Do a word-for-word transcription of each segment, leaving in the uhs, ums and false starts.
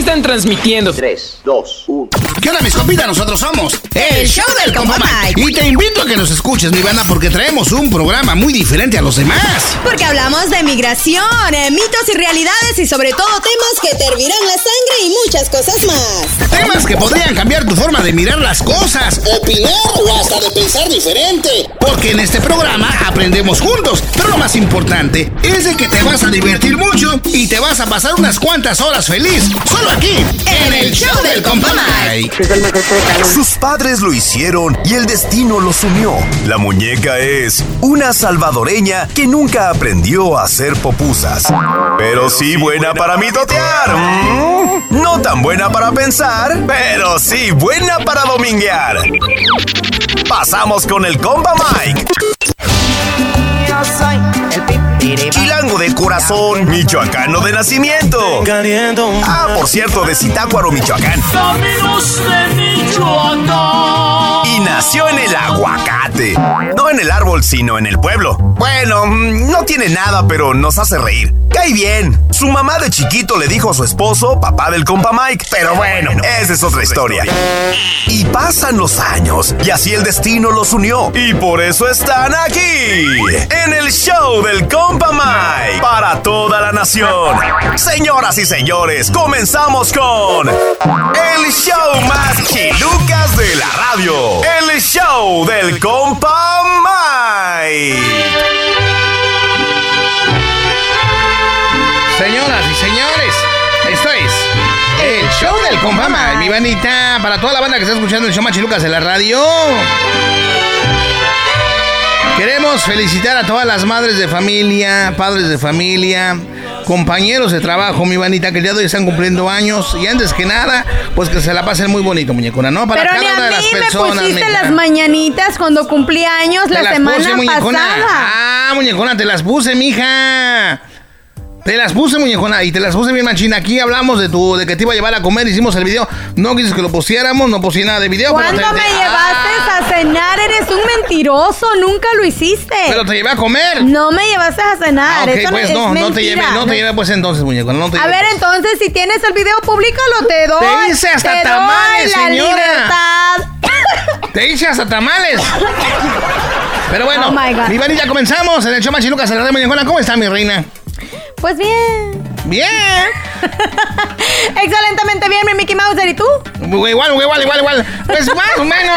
están transmitiendo. tres, dos, uno. ¿Qué onda, mis compitas? Nosotros somos el show del Compa Mike. Y te invito a que nos escuches, mi banda, porque traemos un programa muy diferente a los demás. Porque hablamos de migración, eh, mitos y realidades y sobre todo temas que te hervirán la sangre y muchas cosas más. Temas que podrían cambiar tu forma de mirar las cosas, opinar o hasta de pensar diferente. Porque en este programa aprendemos juntos. Pero lo más importante es de que te vas a divertir mucho y te vas a pasar unas cuantas horas feliz. Solo aquí, en el show del Compa Mike. Sus padres lo hicieron y el destino los unió. La muñeca es una salvadoreña que nunca aprendió a hacer popusas. Pero sí buena para mitotear. ¿Mm? No tan buena para pensar, pero sí buena para dominguear. Pasamos con el Compa Mike. Yo soy el pipiripa. Chilango de corazón, michoacano de nacimiento. Ah, por cierto, de Zitácuaro, Michoacán. Caminos de Michoacán. Y nació en el aguacate. No en el árbol, sino en el pueblo. Bueno, no tiene nada, pero nos hace reír. Cae bien. Su mamá de chiquito le dijo a su esposo, papá del Compa Mike. Pero bueno, esa es otra historia. Y pasan los años, y así el destino los unió. Y por eso están aquí, en el show del Compa Mike, para toda la nación. Señoras y señores, comenzamos con el show más chilucas de la radio. El show del Compa Mike. Señoras y señores, esto es el show del Compa Mike, mi bandita, para toda la banda que está escuchando el show más chilucas de la radio. Queremos felicitar a todas las madres de familia, padres de familia, compañeros de trabajo, mi bandita, que el día de hoy están cumpliendo años. Y antes que nada, pues que se la pasen muy bonito, muñecona, ¿no? Para Pero cada ni a una de las mí me personas. pusiste mija. las mañanitas cuando cumplí años Te la las semana puse, muñecona. pasada. Ah, muñecona, te las puse, mija. Te las puse, muñecona, y te las puse bien machina. Aquí hablamos de tu, de que te iba a llevar a comer, hicimos el video. No quisiste que lo pusiéramos, no puse nada de video. ¿Cuándo pero te, me te, llevaste ah, a cenar? Eres un mentiroso, nunca lo hiciste. Pero te llevé a comer. No me llevaste a cenar. Ah, ok, Eso pues es no, no te mentira. llevé, no te llevé pues entonces, muñecona, no te A llevé, ver, pues. entonces, si tienes el video, públicalo, te doy. Te hice hasta te tamales, doy la señora. libertad. Te hice hasta tamales. Pero bueno, Oh my God. mi bandita, comenzamos en el show más chilucas, en la red, muñecona. ¿Cómo está, mi reina? Pues bien. Bien. Excelentemente bien, mi Mickey Mouse. ¿Y tú? Igual, igual, igual, igual. Pues más o menos.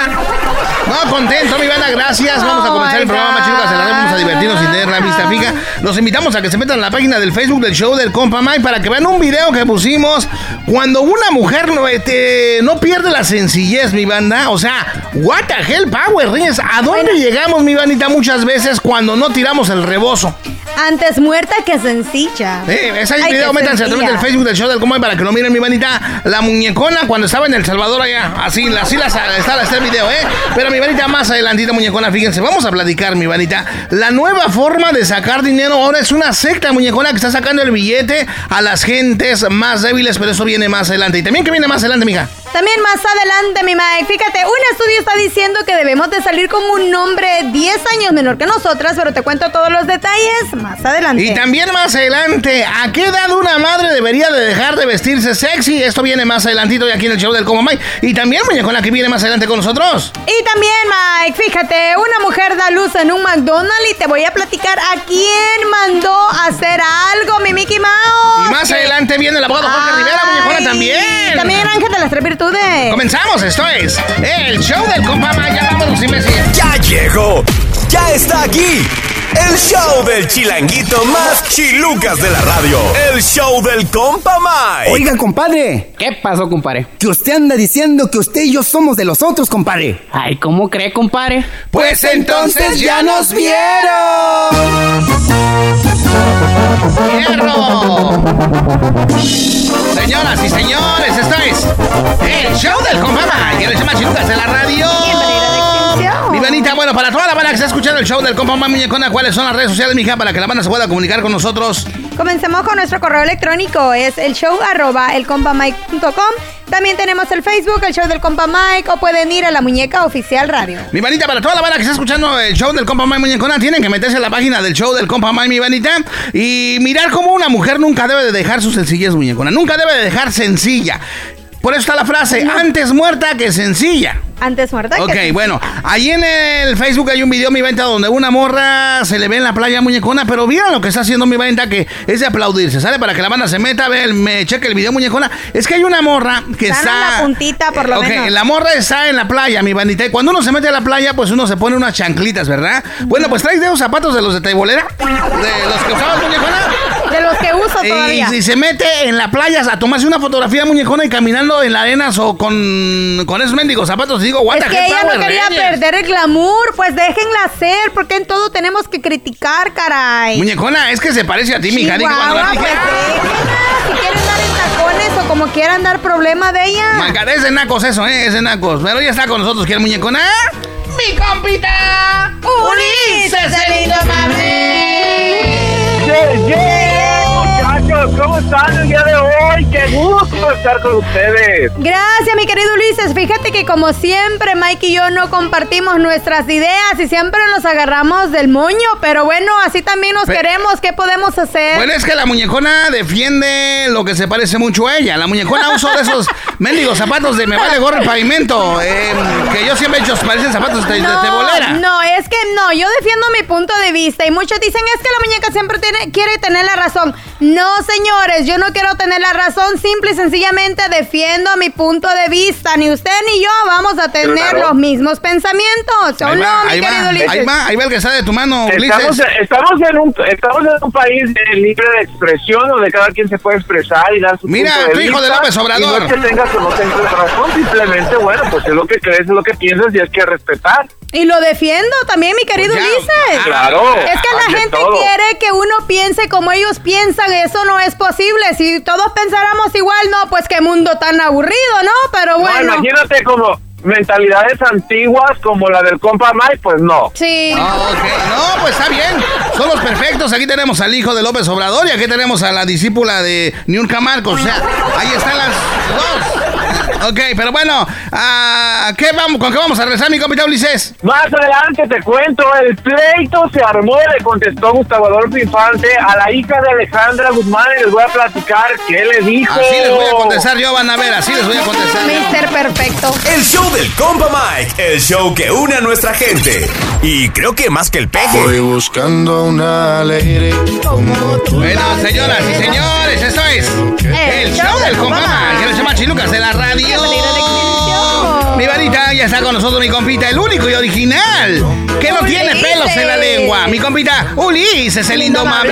No, contento, mi banda, gracias. Vamos a Oh comenzar my el programa, God. chicos. Vamos a divertirnos sin tener la vista fija. Los invitamos a que se metan en la página del Facebook del show del Compa Mike para que vean un video que pusimos cuando una mujer no, este, no pierde la sencillez, mi banda. O sea, what the hell, Power Rangers. ¿A dónde Bueno. llegamos, mi bandita, muchas veces cuando no tiramos el rebozo? Antes muerta que sencilla. Eh, ese Ay, video, qué métanse a través sencilla. del Facebook del show del Compa Mike para que lo miren, mi bandita. La muñecona cuando estaba en El Salvador allá. Así, así la, está, está el video, ¿eh? Pero mi bandita, más adelantita, muñecona, fíjense, vamos a platicar, mi bandita. La nueva forma de sacar dinero ahora es una secta, muñecona, que está sacando el billete a las gentes más débiles, pero eso viene más adelante. ¿Y también qué viene más adelante, mija? También más adelante, mi Mike, fíjate, un estudio está diciendo que debemos de salir con un hombre diez años menor que nosotras, pero te cuento todos los detalles más adelante. Y también más adelante, ¿a qué edad una madre debería de dejar de vestirse sexy? Esto viene más adelantito y aquí en el show del Compa Mike. Y también, muñecona, que viene más adelante con nosotros. Y también, Mike, fíjate, una mujer da luz en un McDonald's y te voy a platicar a quién mandó a hacer algo, mi Mickey Mouse. Y más Que- adelante viene el abogado Jorge Ay, Rivera, muñecona, también. También Ángel de las Tres Virtudes. Comenzamos, esto es el show del Compa Mike. Ya vámonos, imbécil. ¡Ya llegó! ¡Ya está aquí! El show del chilanguito más chilucas de la radio. El show del Compa Mike. Oiga, compadre, ¿Qué pasó, compadre? que usted anda diciendo que usted y yo somos de los otros, compadre. Ay, ¿cómo cree, compadre? Pues entonces ya nos vieron. ¡Hierro! Señoras y señores, esto es el show del Compa Mike, el show más chilucas de la radio. Bienvenida de extinción. Mi banita, bueno, para toda la banda que está escuchando el show del Compa Mike, muñecona, ¿cuáles son las redes sociales, mija, para que la banda se pueda comunicar con nosotros? Comencemos con nuestro correo electrónico, es el show arroba el compa mike punto com. También tenemos el Facebook, el show del compa Mike, o pueden ir a la Muñeca Oficial Radio. Mi manita, para toda la banda que está escuchando el show del compa Mike Muñecona, tienen que meterse en la página del show del compa Mike, mi manita, y mirar cómo una mujer nunca debe de dejar su sencillez, muñecona. Nunca debe de dejar sencilla. Por eso está la frase, antes muerta que sencilla. Antes muerta Ok, que bueno, ahí en el Facebook hay un video, mi venta, donde una morra se le ve en la playa, muñecona, pero vieron lo que está haciendo mi venta, que es de aplaudirse, ¿sale? Para que la banda se meta, ve, el, me cheque el video, muñecona. Es que hay una morra que Están está... en la puntita, por lo Ok, menos. la morra está en la playa, mi bandita, y cuando uno se mete a la playa, pues uno se pone unas chanclitas, ¿verdad? Bueno, pues traes de esos zapatos de los de teibolera, de los que usabas, muñecona. De los que uso todavía. Y, y se mete en la playa a tomarse una fotografía, muñecona, y caminando en la arena o con, con esos mendigos zapatos. Digo, what Es the que heck, ella no Power quería Rangers. perder el glamour, pues déjenla hacer, porque en todo tenemos que criticar, caray. Muñecona, es que se parece a ti, mija. Digo, cuando la Chihuahua, dije, pues déjenla, si quieren dar en tacones o como quieran dar problema de ella. Maca, es de nacos eso, ¿eh? Es de nacos. Pero ya está con nosotros, ¿quién, muñecona? ¡Mi compita! ¡Ulises, el indomable! ¡Yeah, yeah! Muchachos, ¿cómo están el día de hoy? ¡Qué gusto estar con ustedes! Gracias, mi querido Ulises. Fíjate que como siempre, Mike y yo no compartimos nuestras ideas y siempre nos agarramos del moño, pero bueno, así también nos Pe- queremos. ¿Qué podemos hacer? Bueno, es que la muñecona defiende lo que se parece mucho a ella. La muñecona usa de esos mendigos zapatos de me vale gorro el pavimento, eh, que yo siempre he hecho, parecen zapatos de, de tebolera. No, es que no, yo defiendo mi punto de vista y muchos dicen es que la muñeca siempre tiene, quiere tener la razón. No, señores, yo no quiero tener la razón, simple y sencillamente defiendo mi punto de vista. Ni usted ni yo vamos a tener Claro. los mismos pensamientos. ¿O Ahí no, va, mi ahí querido va, Ulises? ahí va, ahí va el que está de tu mano, Estamos, Ulises. estamos, en un, estamos en un país de libre de expresión donde cada quien se puede expresar y dar su Mira, punto de tu hijo vista. de López Obrador. Y no es que tengas o no tengas razón, simplemente, bueno, pues es lo que crees, es lo que piensas y hay que respetar. Y lo defiendo también, mi querido Pues ya. Ulises. Claro. Es que la ante gente todo. quiere que uno piense como ellos piensan, eso no es posible. Si todos pensáramos igual, no, pues qué mundo tan aburrido, ¿no? Pero No, bueno. imagínate como mentalidades antiguas como la del compa Mike, pues no. Sí. Ah, ok. No, pues está bien. Son los perfectos. Aquí tenemos al hijo de López Obrador y aquí tenemos a la discípula de Niurka Marcos. O sea, ahí están las dos. Ok, pero bueno, ah, ¿qué vamos, ¿con qué vamos a rezar, mi compita Ulises? Más adelante te cuento, el pleito se armó y le contestó Gustavo Adolfo Infante a la hija de Alejandra Guzmán y les voy a platicar qué le dijo. Así les voy a contestar yo, van a ver, así les voy a contestar yo. mister Perfecto. El show del compa Mike, el show que une a nuestra gente. Y creo que más que el peje. Voy buscando una lady como tú. Bueno, señoras y señores, esto es el show del compa Mike, el show Machilucas de la radio. Bienvenido al Exhibición. Mi varita, ya está con nosotros mi compita, el único y original, que no tiene Ulises. pelos en la lengua. Mi compita Ulises, el indomable.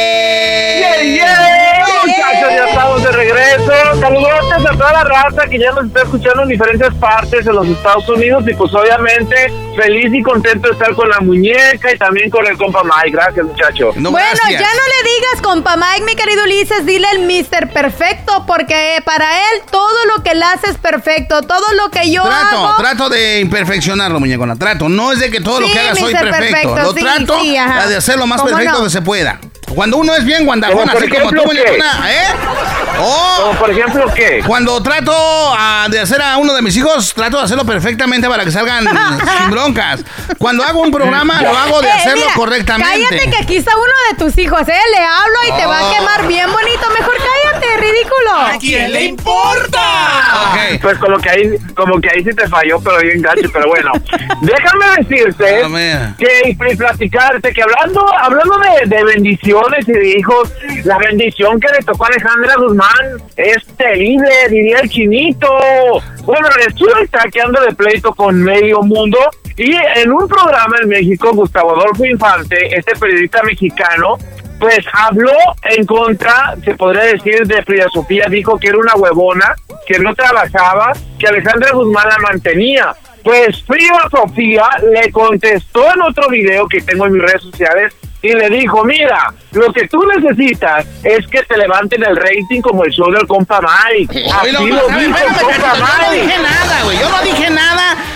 ¡Yeah, yeah! Muchachos, ya estamos de regreso. Saludos a toda la raza que ya nos está escuchando en diferentes partes de los Estados Unidos y pues obviamente feliz y contento de estar con la muñeca y también con el compa Mike. Gracias, muchachos. No, Bueno, gracias. ya no le digas, compa Mike, mi querido Ulises, dile el mister Perfecto, porque para él todo lo que él hace es perfecto, todo lo que yo Trato, hago... trato de imperfeccionarlo, muñecona. Trato. No es de que todo lo Sí, que haga soy mister perfecto. Perfecto, Lo sí, trato sí, ajá. de hacer lo más ¿Cómo perfecto no? que se pueda. Cuando uno es bien guandajón, ¿Como por así como tú, ejemplo qué? muñecona, ¿eh? Oh, Como por ejemplo, ¿qué? cuando trato ah, de hacer a uno de mis hijos, trato de hacerlo perfectamente para que salgan sin broncas. Cuando hago un programa, lo hago de Eh, hacerlo mira, correctamente. Cállate que aquí está uno de tus hijos, ¿eh? Le hablo y te va a Oh. quemar bien bonito. Mejor cállate, ridículo. ¿A quién le importa? Ok. Pues como que ahí, como que ahí sí te falló, pero bien gacho, pero bueno. Déjame decirte Ah, mira. que y platicarte que hablando, hablando de, de bendiciones y de hijos, la bendición que le tocó a Alejandra Guzmán es terrible, diría el chinito. Bueno, resulta que anda de pleito con medio mundo y en un programa en México, Gustavo Adolfo Infante, este periodista mexicano, pues habló en contra, se podría decir, de Frida Sofía, dijo que era una huevona, que no trabajaba, que Alejandra Guzmán la mantenía. Pues Frida Sofía le contestó en otro video que tengo en mis redes sociales y le dijo, mira, lo que tú necesitas es que te levanten el rating como el show del compa Mike. Oye, Así no, lo espérame, dijo el espérame, compa yo no Mike. dije nada, güey. Yo no dije nada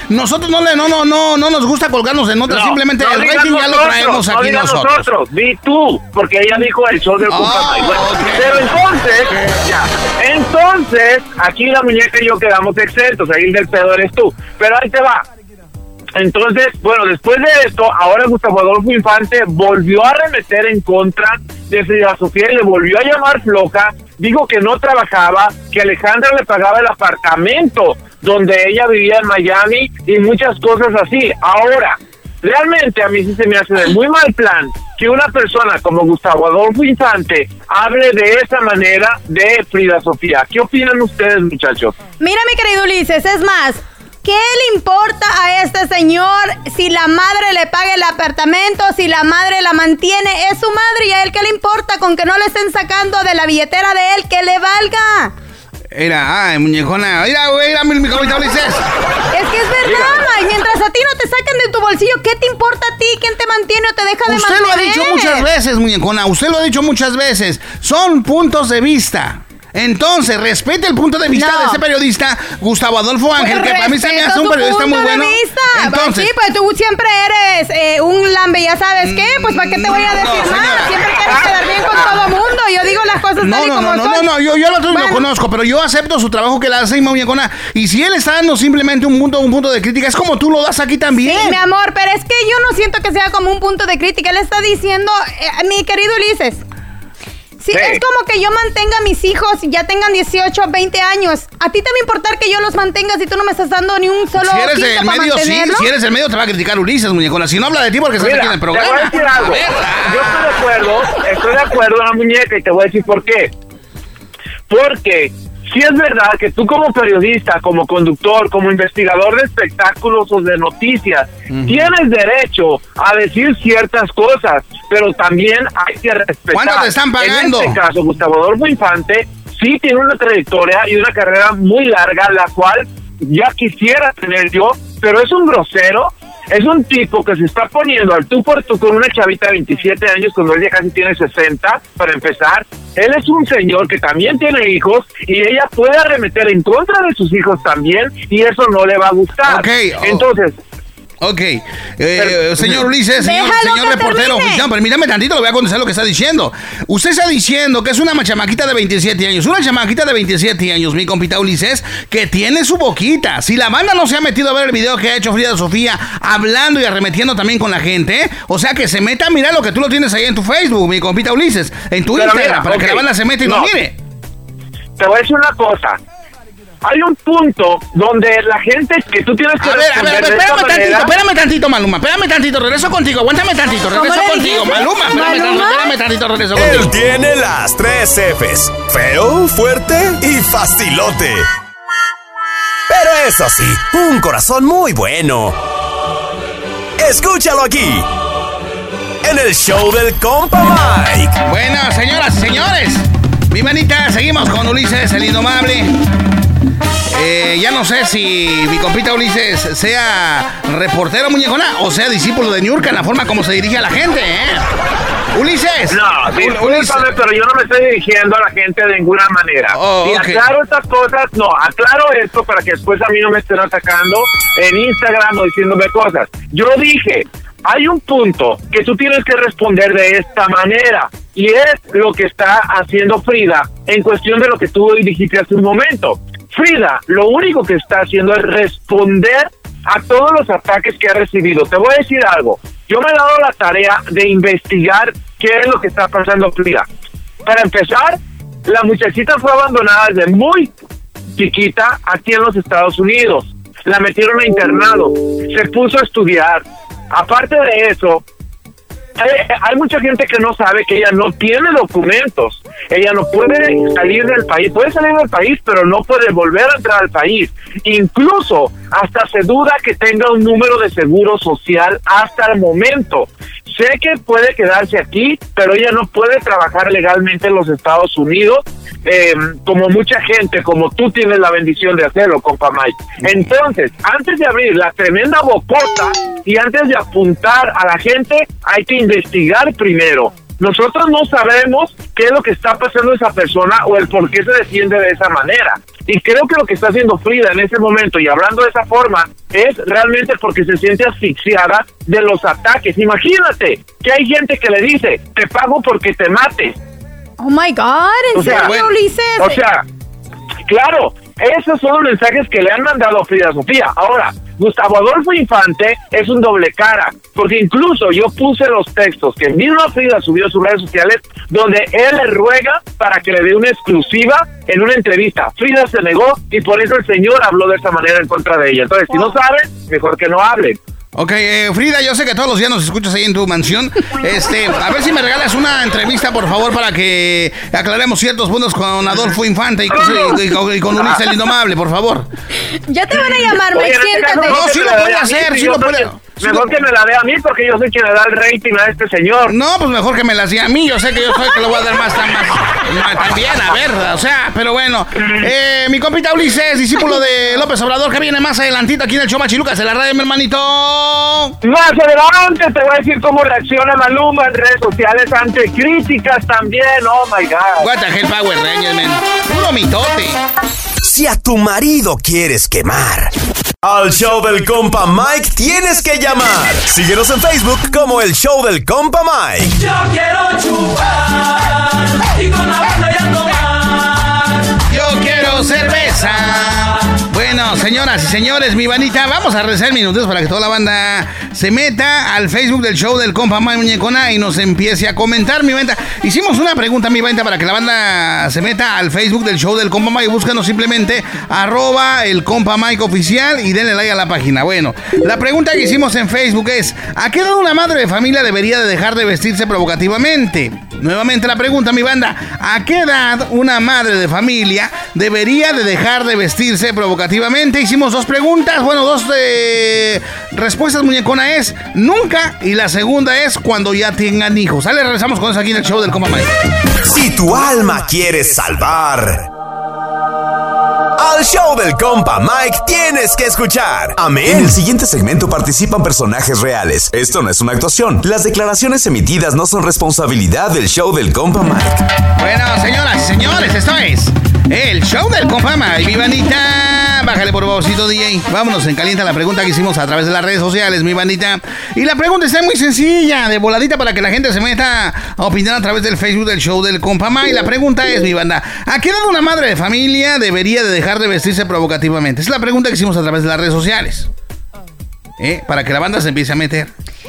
nosotros no le, no, no, no, no nos gusta colgarnos de notas, no, simplemente no, el rating ya lo traemos no aquí nosotros. nosotros. Di tú, porque ella dijo el show del oh, Compa bueno, okay. Pero entonces, okay. ya, entonces, aquí la muñeca y yo quedamos exentos, ahí el del pedo eres tú. Pero ahí te va. Entonces, bueno, después de esto, ahora Gustavo Adolfo Infante volvió a arremeter en contra de Frida Sofía y le volvió a llamar floja. Dijo que no trabajaba, que Alejandra le pagaba el apartamento donde ella vivía en Miami y muchas cosas así. Ahora, realmente a mí sí se me hace de muy mal plan que una persona como Gustavo Adolfo Infante hable de esa manera de Frida Sofía. ¿Qué opinan ustedes, muchachos? Mira, mi querido Ulises, es más, ¿qué le importa a este señor si la madre le paga el apartamento, si la madre la mantiene? Es su madre y a él ¿qué le importa con que no le estén sacando de la billetera de él? ¡Que le valga! Mira, ay, muñecona, mira, güey, mira, mi, mi comita Ulises. Es que es verdad, Mike, mientras a ti no te sacan de tu bolsillo, ¿qué te importa a ti? ¿Quién te mantiene o te deja de usted mantener? Usted lo ha dicho muchas veces, muñecona, usted lo ha dicho muchas veces. Son puntos de vista. Entonces, respete el punto de vista no. de ese periodista, Gustavo Adolfo Ángel, pues que para mí se me hace un periodista muy bueno. Entonces, sí, pues tú siempre eres eh, un lambe, ya sabes qué, pues ¿para qué te voy a decir no, nada? Siempre quieres quedar bien con todo mundo. Yo digo las cosas no, tal y no, como no, son. No, no, no, yo, yo lo, bueno. lo conozco, pero yo acepto su trabajo que le hace muñecona. Y si él está dando simplemente un punto, un punto de crítica, es como tú lo das aquí también. Sí, mi amor, pero es que yo no siento que sea como un punto de crítica. Él está diciendo, eh, mi querido Ulises, Sí, sí, es como que yo mantenga a mis hijos, ya tengan dieciocho, veinte años. ¿A ti te va a importar que yo los mantenga si tú no me estás dando ni un solo si eres quinto el para medio, mantenerlo? Sí, si eres el medio te va a criticar Ulises, muñecona. Si no habla de ti porque estás aquí en el programa. Te voy a decir algo. A ver, yo estoy de acuerdo, estoy de acuerdo en la muñeca y te voy a decir por qué. Porque sí es verdad que tú como periodista, como conductor, como investigador de espectáculos o de noticias, uh-huh. tienes derecho a decir ciertas cosas, pero también hay que respetar. ¿Cuánto te están pagando? En este caso, Gustavo Adolfo Infante sí tiene una trayectoria y una carrera muy larga, la cual ya quisiera tener yo, pero es un grosero. Es un tipo que se está poniendo al tú por tú con una chavita de veintisiete años cuando él ya casi tiene sesenta, para empezar. Él es un señor que también tiene hijos y ella puede arremeter en contra de sus hijos también y eso no le va a gustar. Okay. Oh. Entonces... Ok, eh, Pero, señor Ulises, señor, señor reportero, no, permítame tantito, le voy a contestar lo que está diciendo. Usted está diciendo que es una chamaquita de veintisiete años, una chamaquita de veintisiete años, mi compita Ulises, que tiene su boquita. Si la banda no se ha metido a ver el video que ha hecho Frida Sofía, hablando y arremetiendo también con la gente, o sea, que se meta a mirar lo que tú lo tienes ahí en tu Facebook, mi compita Ulises, en tu Pero Instagram, mira, para okay. que la banda se meta y no. lo mire. Te voy a decir una cosa. Hay un punto donde la gente que tú tienes que a ver, a ver, a ver, espérame tantito, manera... espérame tantito, Maluma, espérame tantito, regreso contigo, aguántame tantito, regreso contigo, Maluma, espérame, ¿Maluma? espérame tantito, regreso contigo. Él tiene las tres Fs, feo, fuerte y facilote. Pero eso sí, un corazón muy bueno. Escúchalo aquí, en el show del compa Mike. Bueno, señoras y señores, mi manita, seguimos con Ulises, el indomable. Eh, ya no sé si mi compita Ulises sea reportero, muñecona, o sea discípulo de Niurka en la forma como se dirige a la gente, ¿eh? Ulises. No, discúlpame, pero yo no me estoy dirigiendo a la gente de ninguna manera. Oh, y okay. aclaro estas cosas, no, aclaro esto para que después a mí no me estén atacando en Instagram o diciéndome cosas. Yo dije, hay un punto que tú tienes que responder de esta manera, y es lo que está haciendo Frida en cuestión de lo que tú dijiste hace un momento. Frida, lo único que está haciendo es responder a todos los ataques que ha recibido. Te voy a decir algo. Yo me he dado la tarea de investigar qué es lo que está pasando Frida. Para empezar, la muchachita fue abandonada desde muy chiquita aquí en los Estados Unidos. La metieron a internado. Se puso a estudiar. Aparte de eso, hay, hay mucha gente que no sabe que ella no tiene documentos. Ella no puede salir del país. Puede salir del país, pero no puede volver a entrar al país. Incluso hasta se duda que tenga un número de seguro social hasta el momento. Sé que puede quedarse aquí, pero ella no puede trabajar legalmente en los Estados Unidos, eh, como mucha gente, como tú tienes la bendición de hacerlo, compa Mike. Entonces, antes de abrir la tremenda bocota y antes de apuntar a la gente, hay que investigar primero. Nosotros no sabemos qué es lo que está pasando esa persona o el por qué se defiende de esa manera. Y creo que lo que está haciendo Frida en ese momento y hablando de esa forma es realmente porque se siente asfixiada de los ataques. Imagínate que hay gente que le dice, te pago porque te mates. Oh my God, ¿en o sea, serio, bueno, Ulises? O sea, claro, esos son los mensajes que le han mandado a Frida Sofía. Ahora, Gustavo Adolfo Infante es un doble cara, porque incluso yo puse los textos que misma Frida subió a sus redes sociales, donde él le ruega para que le dé una exclusiva en una entrevista. Frida se negó y por eso el señor habló de esa manera en contra de ella. Entonces, si no saben, mejor que no hablen. Ok, eh, Frida, yo sé que todos los días nos escuchas ahí en tu mansión. Este, a ver si me regalas una entrevista, por favor, para que aclaremos ciertos puntos con Adolfo Infante y con, y, y, y con Ulises el Indomable, por favor. Ya te van a llamar, Mike, siéntate. No, sí lo puede hacer, sí lo puede. Mejor que me la dé a mí porque yo soy quien le da el rating a este señor. No, pues mejor que me la dé a mí. Yo sé que yo soy que le voy a dar más, más, más también, a ver, o sea, pero bueno. Eh, mi compita Ulises, discípulo de López Obrador, que viene más adelantito aquí en el show Machilucas de la radio, mi hermanito. Más adelante te voy a decir cómo reacciona Maluma en redes sociales ante críticas también. Oh my God. What the hell, Power Rangers, man. Puro mitote. Si a tu marido quieres quemar, al show del compa Mike tienes que llamar. Síguenos en Facebook como el show del compa Mike. Yo quiero chupar y con la banda ya tomar. Yo quiero cerveza. Bueno, señoras y señores, mi bandita, vamos a rezar minutos para que toda la banda se meta al Facebook del show del compa Mike Muñecona y nos empiece a comentar, mi banda. Hicimos una pregunta, mi banda, para que la banda se meta al Facebook del show del compa Mike. Búscanos simplemente arroba el compa Mike oficial y denle like a la página. Bueno, la pregunta que hicimos en Facebook es: ¿a qué edad una madre de familia debería de dejar de vestirse provocativamente? Nuevamente la pregunta, mi banda: ¿a qué edad una madre de familia debería de dejar de vestirse provocativamente? Hicimos dos preguntas, bueno, dos eh, respuestas, muñecona, es nunca, y la segunda es cuando ya tengan hijos. Sale, regresamos con eso aquí en el show del compa Mike. Si tu alma quieres salvar, al show del compa Mike tienes que escuchar. Amén. En el siguiente segmento participan personajes reales. Esto no es una actuación. Las declaraciones emitidas no son responsabilidad del show del compa Mike. Bueno, señoras y señores, esto es el show del compa Mike. Mi bandita, bájale por favorcito, D J. Vámonos en calienta la pregunta que hicimos a través de las redes sociales, mi bandita. Y la pregunta está muy sencilla, de voladita, para que la gente se meta a opinar a través del Facebook del show del compa Mike. La pregunta es, mi banda: ¿a qué edad una madre de familia debería de dejar de vestirse provocativamente? Es la pregunta que hicimos a través de las redes sociales, ¿eh? Para que la banda se empiece a meter.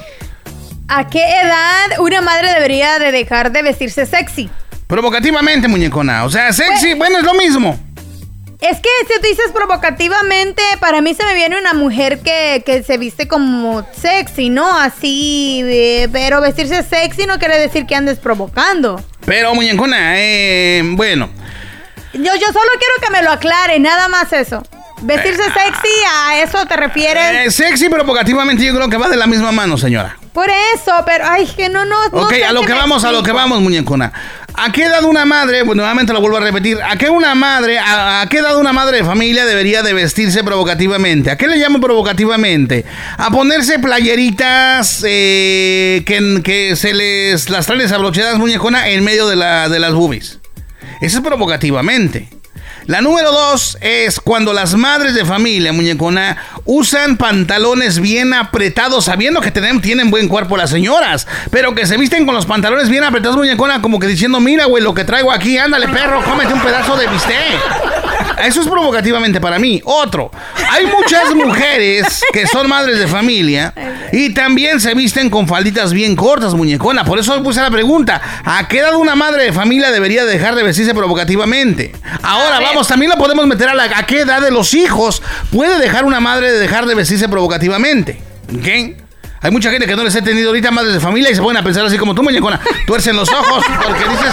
¿A qué edad una madre debería de dejar de vestirse sexy? Provocativamente, muñecona. O sea, sexy, pues, bueno, es lo mismo. Es que si tú dices provocativamente, para mí se me viene una mujer que, que se viste como sexy, ¿no? Así, eh, pero vestirse sexy no quiere decir que andes provocando. Pero, muñecona, eh, bueno. Yo, yo solo quiero que me lo aclare, nada más eso. ¿Vestirse eh, sexy, a eso te refieres? Eh, sexy provocativamente yo creo que va de la misma mano, señora. Por eso, pero, ay, que no, no, no. Ok, a lo que vamos, a lo que vamos, muñecona. ¿A qué edad una madre, pues nuevamente lo vuelvo a repetir, a qué una madre, a, a qué edad una madre de familia debería de vestirse provocativamente? ¿A qué le llamo provocativamente? A ponerse playeritas eh, que, que se les las traen desabrochadas, muñecona, en medio de, la, de las boobies. Eso es provocativamente. La número dos es cuando las madres de familia, muñecona, usan pantalones bien apretados, sabiendo que tienen, tienen buen cuerpo las señoras, pero que se visten con los pantalones bien apretados, muñecona, como que diciendo: mira, güey, lo que traigo aquí, ándale, perro, cómete un pedazo de bistec. Eso es provocativamente para mí. Otro, hay muchas mujeres que son madres de familia y también se visten con falditas bien cortas, muñecona. Por eso puse la pregunta: ¿a qué edad una madre de familia debería dejar de vestirse provocativamente? Ahora vamos, también lo podemos meter a la a qué edad de los hijos puede dejar una madre de dejar de vestirse provocativamente. ¿Ok? Hay mucha gente que no les he tenido ahorita madres de familia y se ponen a pensar así como tú, muñecona, tuercen los ojos porque dices...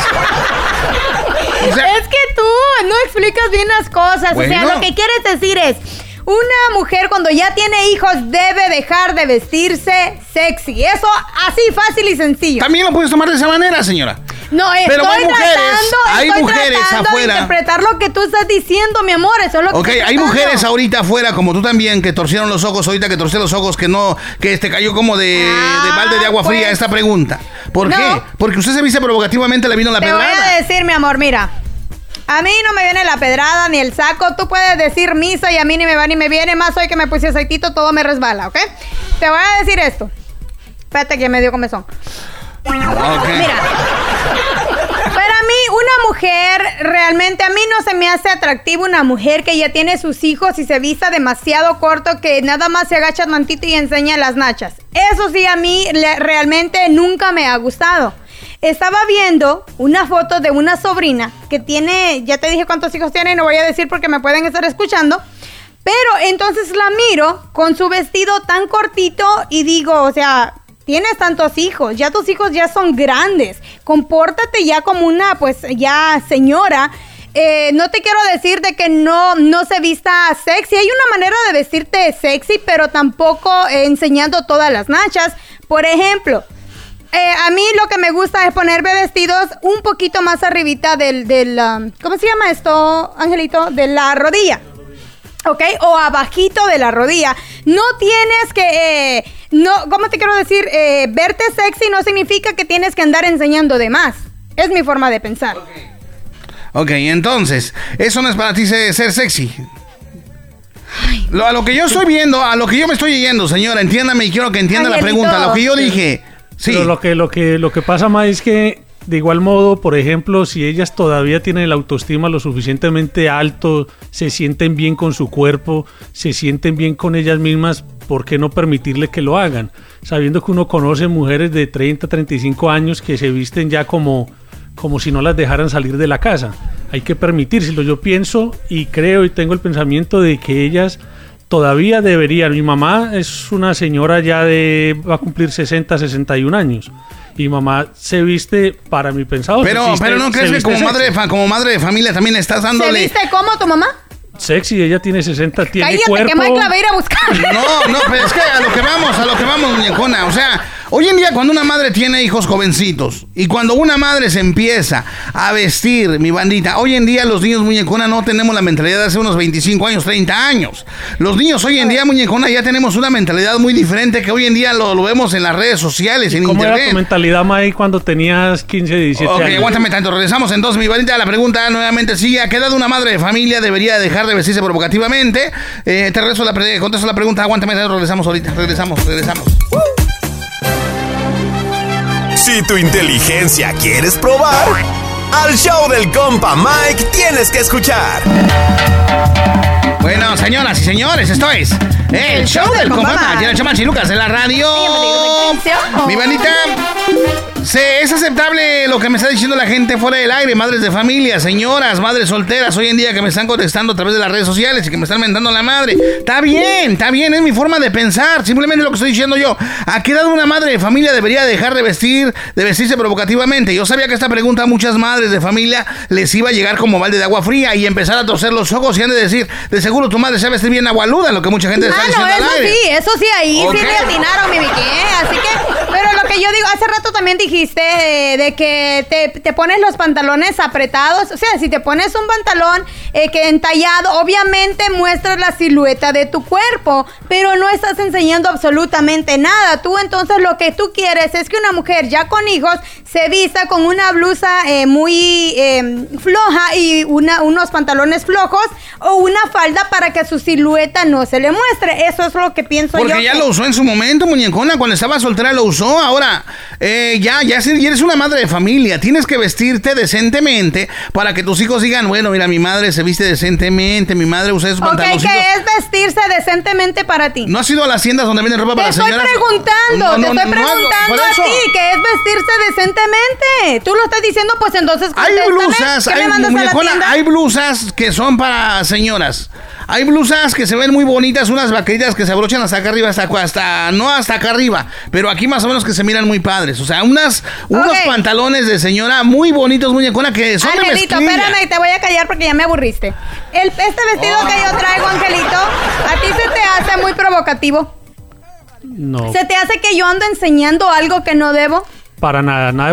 O sea, es que tú no explicas bien las cosas. Bueno. O sea, lo que quieres decir es: una mujer cuando ya tiene hijos debe dejar de vestirse sexy. Eso así, fácil y sencillo. También lo puedes tomar de esa manera, señora. No, estoy Pero hay mujeres, tratando, hay estoy mujeres tratando afuera. de interpretar lo que tú estás diciendo, mi amor. Eso es lo que Ok, hay mujeres ahorita afuera, como tú también, que torcieron los ojos ahorita, que torció los ojos, que no, que te cayó como de, ah, de balde de agua pues, fría esta pregunta. ¿Por no. qué? Porque usted se viste provocativamente, le vino la te pedrada. Te voy a decir, mi amor, mira. A mí no me viene la pedrada ni el saco. Tú puedes decir misa y a mí ni me va ni me viene. Más hoy que me puse aceitito, todo me resbala, ¿ok? Te voy a decir esto. Espérate que me dio comezón. Okay. Mira. Para mí, una mujer, realmente a mí no se me hace atractiva una mujer que ya tiene sus hijos y se vista demasiado corto, que nada más se agacha tantito y enseña las nachas. Eso sí, a mí le, realmente nunca me ha gustado. Estaba viendo una foto de una sobrina que tiene, ya te dije cuántos hijos tiene, no voy a decir porque me pueden estar escuchando, pero entonces la miro con su vestido tan cortito y digo, o sea, tienes tantos hijos, ya tus hijos ya son grandes, compórtate ya como una, pues, ya señora. Eh, no te quiero decir de que no, no se vista sexy, hay una manera de vestirte sexy, pero tampoco eh, enseñando todas las nachas. Por ejemplo, Eh, a mí lo que me gusta es ponerme vestidos un poquito más arribita del, del um, ¿cómo se llama esto, Angelito? De la rodilla, ¿ok? O abajito de la rodilla. No tienes que, eh, no, ¿cómo te quiero decir? Eh, verte sexy no significa que tienes que andar enseñando de más. Es mi forma de pensar. Ok, okay, entonces, eso no es para ti ser, ser sexy. Ay, lo, a lo que yo estoy viendo, a lo que yo me estoy yendo, señora, entiéndame y quiero que entienda Angelito. La pregunta. Lo que yo dije... Sí. Pero lo que, lo que, lo que pasa más es que, de igual modo, por ejemplo, si ellas todavía tienen la autoestima lo suficientemente alto, se sienten bien con su cuerpo, se sienten bien con ellas mismas, ¿por qué no permitirle que lo hagan? Sabiendo que uno conoce mujeres de treinta, treinta y cinco años que se visten ya como, como si no las dejaran salir de la casa. Hay que permitírselo. Yo pienso y creo y tengo el pensamiento de que ellas... todavía deberían. Mi mamá es una señora ya de... va a cumplir sesenta, sesenta y un años. Y mi mamá se viste, para mi pensado... Pero, viste, pero ¿no crees que como madre, de fa, como madre de familia también estás dándole... ¿Se viste como tu mamá? Sexy, ella tiene sesenta, tiene Cállate, cuerpo... que Mike la va a ir a buscar. No, no, pero es que a lo que vamos, a lo que vamos, muñecona. O sea, hoy en día cuando una madre tiene hijos jovencitos y cuando una madre se empieza a vestir, mi bandita, hoy en día los niños, muñecona, no tenemos la mentalidad de hace unos veinticinco años, treinta años. Los niños hoy en día, muñecona, ya tenemos una mentalidad muy diferente que hoy en día lo, lo vemos en las redes sociales, en ¿Cómo internet. era tu mentalidad, Mike, cuando tenías quince, diecisiete okay, años? Ok, aguántame tanto. Regresamos entonces, mi bandita. La pregunta nuevamente sigue. ¿A qué edad una madre de familia debería dejar de vestirse provocativamente? Eh, te regreso la, pre contesto la pregunta. Aguántame, regresamos ahorita. Regresamos, regresamos. Uh. Si tu inteligencia quieres probar, al show del compa Mike tienes que escuchar. Bueno, señoras y señores, esto es el, el show, show del compa Mike. Tiene Chamachi y Lucas en la radio. Mi bandita, se, es aceptable lo que me está diciendo la gente fuera del aire, madres de familia, señoras, madres solteras, hoy en día que me están contestando a través de las redes sociales y que me están mentando la madre. Está bien, está bien, es mi forma de pensar, simplemente lo que estoy diciendo yo. ¿A qué edad una madre de familia debería dejar de vestir, de vestirse provocativamente? Yo sabía que esta pregunta a muchas madres de familia les iba a llegar como balde de agua fría y empezar a torcer los ojos y han de decir, de seguro tu madre se va a vestir bien agualuda, lo que mucha gente está ah, diciendo no, eso al aire. sí, eso sí, ahí okay. sí le atinaron, mi Vicky, ¿eh? Así que, pero lo que yo digo, hace rato también dijiste eh, de que te, te pones los pantalones apretados, o sea, si te pones un pantalón eh, que entallado, obviamente muestras la silueta de tu cuerpo, pero no estás enseñando absolutamente nada. Tú entonces lo que tú quieres es que una mujer ya con hijos se vista con una blusa eh, muy eh, floja y una, unos pantalones flojos o una falda para que su silueta no se le muestre. Eso es lo que pienso Porque yo. Porque ya que... lo usó en su momento, muñecona, cuando estaba soltera lo usó. Ahora, eh, ya, ya eres una madre de familia, tienes que vestirte decentemente para que tus hijos digan, bueno, mira, mi madre se viste decentemente, mi madre usa esos okay, pantaloncitos. ¿Qué es vestirse decentemente para ti? ¿No has ido a las tiendas donde venden ropa para te señoras? Te estoy preguntando, no, no, te estoy no, preguntando no, a ti, ¿qué es vestirse decentemente? Tú lo estás diciendo, pues entonces hay blusas, hay, muñecona, hay blusas que son para señoras. Hay blusas que se ven muy bonitas, unas vaqueritas que se abrochan hasta acá arriba, hasta, hasta no hasta acá arriba, pero aquí más o menos que se miran muy padres. O sea, unas unos okay. pantalones de señora muy bonitos, muñecona, que son Angelito, de mezclilla. espérame, te voy a callar porque ya me aburriste. El, este vestido oh. que yo traigo, Angelito, ¿a ti se te hace muy provocativo? No. ¿Se te hace que yo ando enseñando algo que no debo? Para nada, nada de provocación.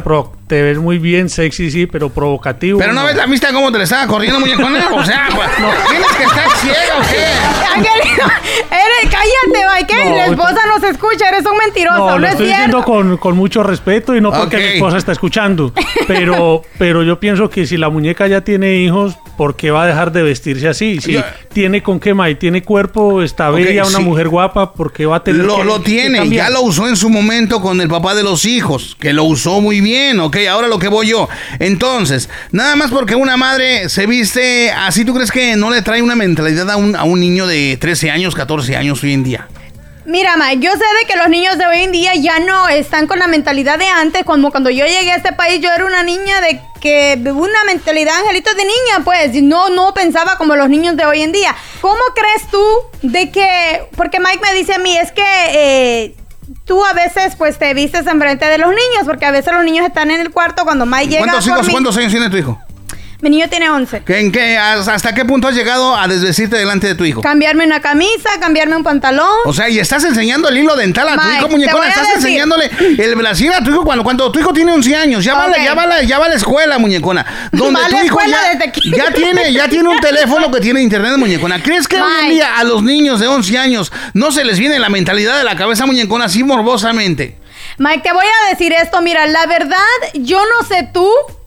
te ves muy bien, sexy, sí, pero provocativo. Pero no, no ves la vista cómo te le estaba corriendo, muñecona. O sea, pues, no. ¿Tienes que estar ciega o qué? Angelito, eres, cállate, ¿va? ¿Qué? No, la esposa no se escucha, eres un mentiroso, no, no lo es estoy cierto. Diciendo con, con mucho respeto y no porque okay. mi esposa está escuchando. Pero, pero yo pienso que si la muñeca ya tiene hijos, ¿por qué va a dejar de vestirse así? Si yo, tiene con qué, May, tiene cuerpo, está okay, bella, una sí. mujer guapa, ¿por qué va a tener lo, que Lo tiene, que ya lo usó en su momento con el papá de los hijos, que lo usó muy bien, ok, ahora lo que voy yo. Entonces, nada más porque una madre se viste así, ¿tú crees que no le trae una mentalidad a un, a un niño de trece años, catorce años hoy en día? Mira, Ma, yo sé de que los niños de hoy en día ya no están con la mentalidad de antes, como cuando yo llegué a este país, yo era una niña de que, una mentalidad, Angelito, de niña, pues, no, no pensaba como los niños de hoy en día. ¿Cómo crees tú de que, porque Mike me dice a mí, es que eh, tú a veces, pues, te vistes enfrente de los niños, porque a veces los niños están en el cuarto cuando Mike llega ¿Cuántos hijos, mí, ¿Cuántos años tiene tu hijo? Mi niño tiene once. ¿En qué, ¿Hasta qué punto has llegado a desvestirte delante de tu hijo? Cambiarme una camisa, cambiarme un pantalón. O sea, y estás enseñando el hilo dental a Mike, tu hijo, muñecona. Estás decir. enseñándole el brasier a tu hijo cuando, cuando tu hijo tiene once años. Ya, okay. va, ya, va, la, ya va a la escuela, muñecona. Donde va tu la hijo ya, desde que... ya, tiene, ya tiene un teléfono que tiene internet, muñecona. ¿Crees que Mike. hoy en día a los niños de once años no se les viene la mentalidad de la cabeza, muñecona, así morbosamente? Mike, te voy a decir esto. Mira, la verdad, yo no sé tú,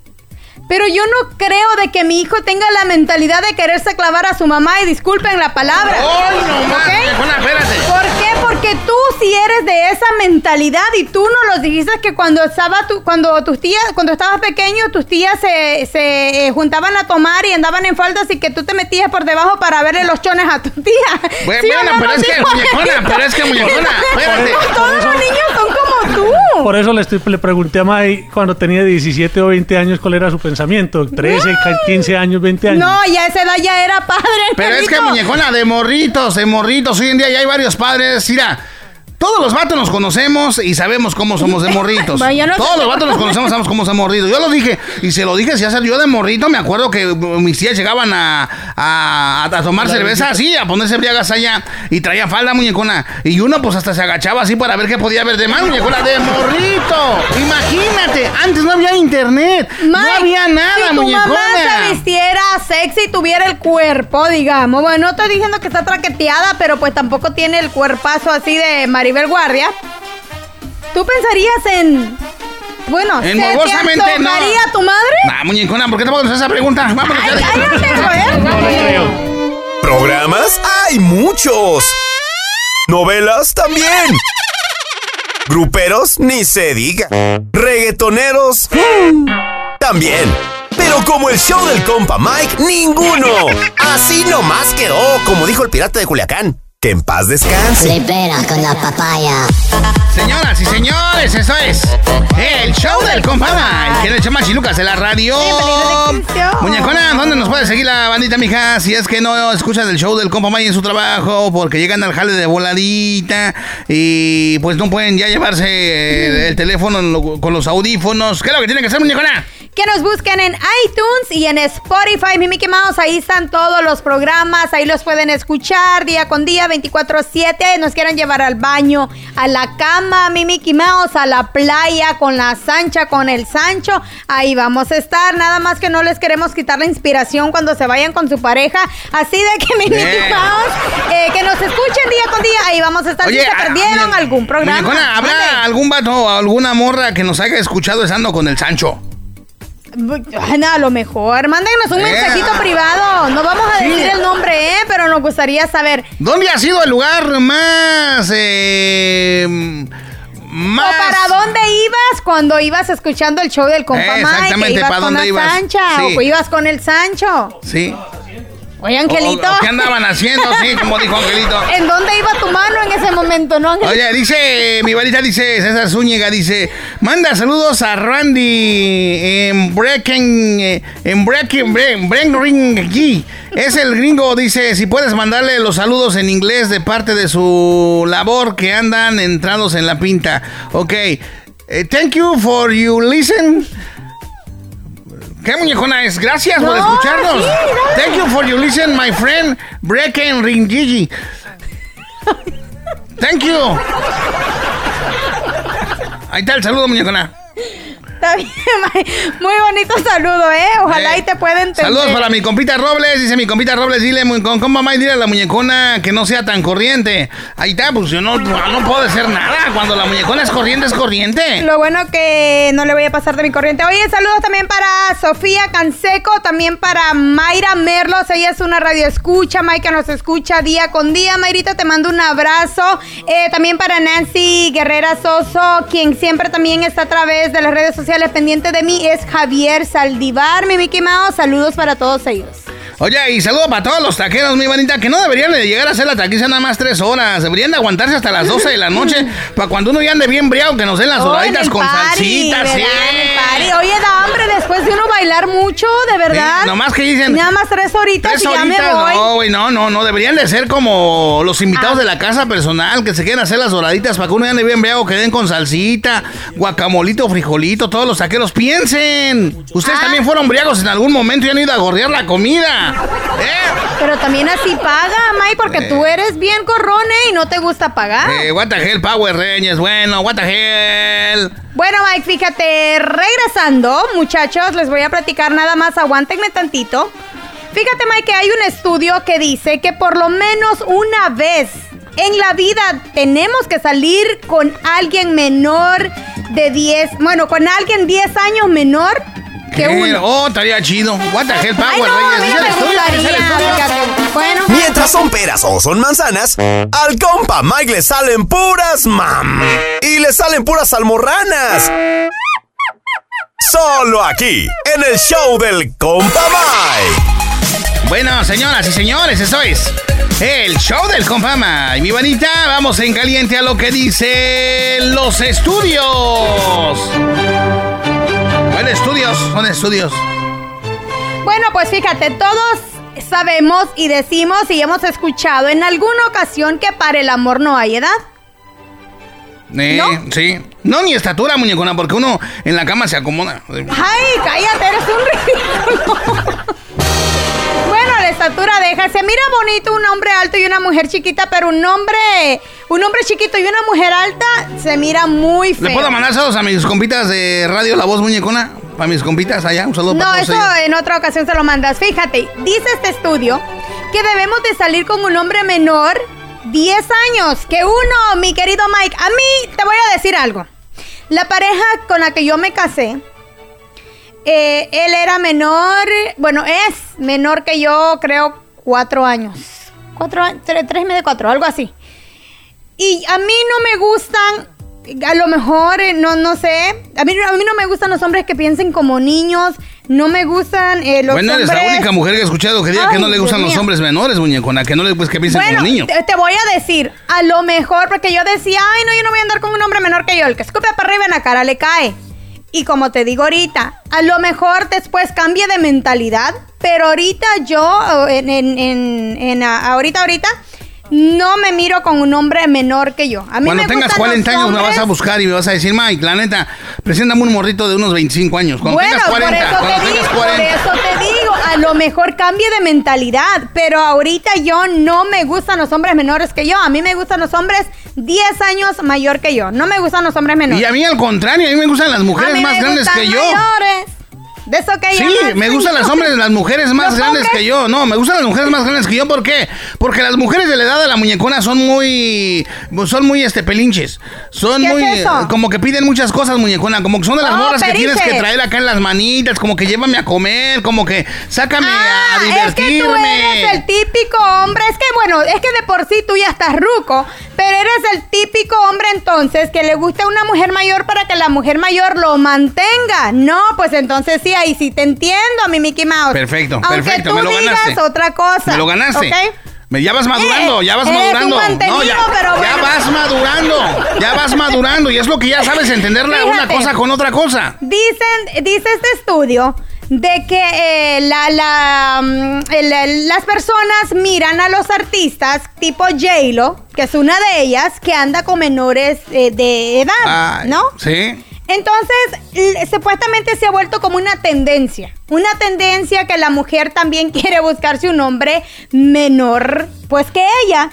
pero yo no creo de que mi hijo tenga la mentalidad de quererse clavar a su mamá, y disculpen la palabra. ¡Ay, no más! ¿Okay? Espérate. ¿Por qué? Porque tú sí eres de esa mentalidad y tú nos lo dijiste que cuando estaba tu, cuando tus tías, cuando estabas pequeño, tus tías se, se eh, juntaban a tomar y andaban en faldas y que tú te metías por debajo para verle los chones a tu tía. Bueno, ¿Sí bueno no pero, es que, muñecona, pero es que, muñecona, espérate. Todos los niños son como tú. Por eso le, estoy, le pregunté a May cuando tenía diecisiete o veinte años cuál era su pensamiento. trece, quince años, veinte años. No, ya a esa edad ya era padre. Pero perrito. es que, muñecona, de morritos, de morritos. Hoy en día ya hay varios padres. Mira, todos los vatos nos conocemos y sabemos cómo somos de morritos. Bueno, no todos sé. los vatos nos conocemos, sabemos cómo somos morritos. Yo lo dije, y se lo dije, si hace yo de morrito, me acuerdo que mis tías llegaban a, a, a tomar la cerveza así, a ponerse briagas allá, y traía falda, muñecona. Y uno pues hasta se agachaba así para ver qué podía haber de más, muñecona, de morrito. Imagínate, antes no había internet, Mike, no había nada, si muñecona. Si tu mamá se vistiera sexy y tuviera el cuerpo, digamos, bueno, no estoy diciendo que está traqueteada, pero pues tampoco tiene el cuerpazo así de Maribel Guardia, ¿tú pensarías en... Bueno, en ¿se morbosamente te antojaría no. tu madre? Nah, muñecona, ¿por qué te pones esa pregunta? Vamos, Ay, cállate, ¿eh? No le creo. ¿Programas? ¡Hay muchos! ¿Novelas? También. ¿Gruperos? Ni se diga. ¿Reggaetoneros? También. Pero como el show del compa Mike, ninguno. Así nomás quedó, como dijo el pirata de Culiacán. Que en paz descanse. Libera con la papaya. Señoras y señores, eso es el show del compa Mike, que es el Chamachilucas de la radio. Muñecona, ¿dónde nos puede seguir la bandita, mija? Si es que no escuchan el show del compa Mike en su trabajo, porque llegan al jale de voladita y pues no pueden ya llevarse el teléfono con los audífonos. ¿Qué es lo que tienen que hacer, muñecona? Que nos busquen en iTunes y en Spotify, mi Mickey Mouse. Ahí están todos los programas, ahí los pueden escuchar día con día, veinticuatro siete. Nos quieran llevar al baño, a la cama, mi Mickey Mouse, a la playa, con la Sancha, con el Sancho. Ahí vamos a estar. Nada más que no les queremos quitar la inspiración cuando se vayan con su pareja. Así de que mi yeah. Mickey Mouse, eh, que nos escuchen día con día. Ahí vamos a estar. Oye, si se perdieron a, algún programa. Muñecona, ¿habrá ¿Dónde? algún vato o alguna morra que nos haya escuchado estando con el Sancho? No, a lo mejor. Mándenos un yeah. mensajito privado. No vamos a decir sí. el nombre, ¿eh? Pero nos gustaría saber. ¿Dónde ha sido el lugar más... Eh, más... ¿O para dónde ibas cuando ibas escuchando el show del compa eh, Mike? Exactamente, ibas ¿para con dónde la ibas? Sancha, sí. ¿O ibas con el Sancho? Sí. Oye, Angelito. O, o, ¿Qué andaban haciendo? Sí, como dijo Angelito. ¿En dónde iba tu mano en ese momento, no, Angelito? Oye, dice, mi varita dice, César Zúñiga, dice, manda saludos a Randy en Breaking, en Breaking, Breaking G. Es el gringo, dice, si puedes mandarle los saludos en inglés de parte de su labor que andan entrados en la pinta. Ok. Uh, thank you for you listen. ¿Qué, muñecona es? Gracias no, por escucharnos. Sí, Thank you for you listen, my friend Brecken Ringigi. Thank you. Ahí está el saludo, muñecona. Está bien, muy bonito saludo, ¿eh? Ojalá Eh, y te pueda entender. Saludos para mi compita Robles, dice mi compita Robles, dile, muy- con compa Mike, dile a la muñecona que no sea tan corriente. Ahí está, pues yo no, no puedo decir nada, cuando la muñecona es corriente, es corriente. Lo bueno que no le voy a pasar de mi corriente. Oye, saludos también para Sofía Canseco, también para Mayra Merlos, ella es una radioescucha, Mike, que nos escucha día con día. Mayrita, te mando un abrazo. Eh, también para Nancy Guerrera Soso, quien siempre también está a través de las redes sociales pendiente de mí, es Javier Saldivar, mi Mickey Mouse. Saludos para todos ellos. Oye, y saludo para todos los taqueros, mi bonita, que no deberían de llegar a hacer la taquiza nada más tres horas. Deberían de aguantarse hasta las doce de la noche para cuando uno ya ande bien briao, que nos den las Oh, doraditas en el con party, salsitas, ¿verdad? sí. En el party. Oye, da hambre después de uno bailar mucho, de verdad. Sí, nomás que dicen... Nada más tres horitas Tres y ya horitas, me voy. no, güey, no, no, no, deberían de ser como los invitados Ah. de la casa personal, que se quieren hacer las doraditas para que uno ya ande bien briago, que den con salsita, guacamolito, frijolito, todos los taqueros, piensen. Ustedes Ah. también fueron briagos en algún momento y han ido a gorrear la comida. ¿Eh? Pero también así paga, May, porque Eh. tú eres bien corrone y no te gusta pagar. Eh, what the hell, Power Rangers, bueno, what the hell. Bueno, Mike, fíjate, regresando, muchachos, les voy a platicar nada más, aguántenme tantito. Fíjate, Mike, que hay un estudio que dice que por lo menos una vez en la vida tenemos que salir con alguien menor de diez, bueno, con alguien diez años menor que ¿Qué? uno. Oh, estaría chido. What the hell, Power Ay, no, a Rangers. mí ¿Es no el me estudio? ¿Es el gustaría, estudio? fíjate. Bueno. Mientras son peras o son manzanas, al compa Mike le salen puras mam. Y le salen puras almorranas. Solo aquí, en el show del compa Mike. Bueno, señoras y señores, eso es el show del compa Mike. Mi bonita, vamos en caliente a lo que dicen los estudios. Bueno, estudios, son estudios. Bueno, pues fíjate, todos sabemos y decimos y hemos escuchado en alguna ocasión que para el amor no hay edad. Eh, ¿No? Sí. No, ni estatura, muñecona, porque uno en la cama se acomoda. Ay, cállate, eres un ridículo. Bueno, la estatura deja. Se mira bonito un hombre alto y una mujer chiquita, pero un hombre, un hombre chiquito y una mujer alta se mira muy feo. ¿Le puedo mandar saludos a mis compitas de Radio La Voz, muñecona? Para mis compitas allá, un saludo No, para todos eso ellos. en otra ocasión se lo mandas. Fíjate, dice este estudio que debemos de salir con un hombre menor diez años que uno, mi querido Mike. A mí te voy a decir algo. La pareja con la que yo me casé, eh, él era menor, bueno, es menor que yo, creo, cuatro años. Cuatro años, tres, tres y medio, cuatro, algo así. Y a mí no me gustan, a lo mejor, eh, no, no sé, a mí, a mí no me gustan los hombres que piensen como niños, no me gustan eh, los Bueno, eres hombres... la única mujer que he escuchado que diga Ay, que no le gustan Dios los mío. hombres menores, muñecona, que no le pues que piensen Bueno, como niños. te, te voy a decir, a lo mejor, porque yo decía, ay, no, yo no voy a andar con un hombre menor que yo, el que escupe para arriba en la cara le cae. Y como te digo ahorita, a lo mejor después cambie de mentalidad, pero ahorita yo, en, en, en, en a- ahorita, ahorita, no me miro con un hombre menor que yo. A mí Cuando me tengas gustan cuarenta los años me vas hombres- a buscar y me vas a decir, Mike, la neta, preséntame un morrito de unos veinticinco años. Cuando Bueno, tengas cuarenta, por eso cuando te tengas digo, por cuarenta. eso te digo, a lo mejor cambie de mentalidad, pero ahorita yo no me gustan los hombres menores que yo, a mí me gustan los hombres diez años mayor que yo, no me gustan los hombres menores. Y a mí al contrario, a mí me gustan las A mujeres mí más me grandes gustan que yo. mayores. De eso que Sí, llaman me gustan las hombres, las mujeres más Los grandes hombres- que yo. No, me gustan las mujeres más grandes que yo. ¿Por qué? Porque las mujeres de la edad de la muñecona son muy, son muy este pelinches. Son ¿Qué es muy, eso? como que piden muchas cosas, muñecona. Como que son de las Oh, morras que tienes que periches. traer acá en las manitas. Como que llévame a comer, como que sácame Ah, a divertirme. es que tú eres el típico hombre, es que bueno, es que de por sí tú ya estás ruco, pero eres el típico hombre entonces que le gusta una mujer mayor para que la mujer mayor lo mantenga. No, pues entonces sí, ahí sí te entiendo, mi Mickey Mouse. Perfecto, Aunque perfecto, tú me lo digas ganaste. otra cosa. Me lo ganaste. ¿ok? Me- Ya vas madurando, Eh, ya vas eres un madurando. mantenido, ya, pero ya bueno. vas madurando, ya vas madurando. Y es lo que ya sabes entender la- una Fíjate. cosa con otra cosa. Dicen, dice este estudio de que eh, la, la, mm, el- el- las personas miran a los artistas tipo J-Lo, que es una de ellas, que anda con menores eh, de edad, Ay, ¿no? Sí. Entonces, l- supuestamente se ha vuelto como una tendencia. Una tendencia que la mujer también quiere buscarse un hombre menor, pues que ella.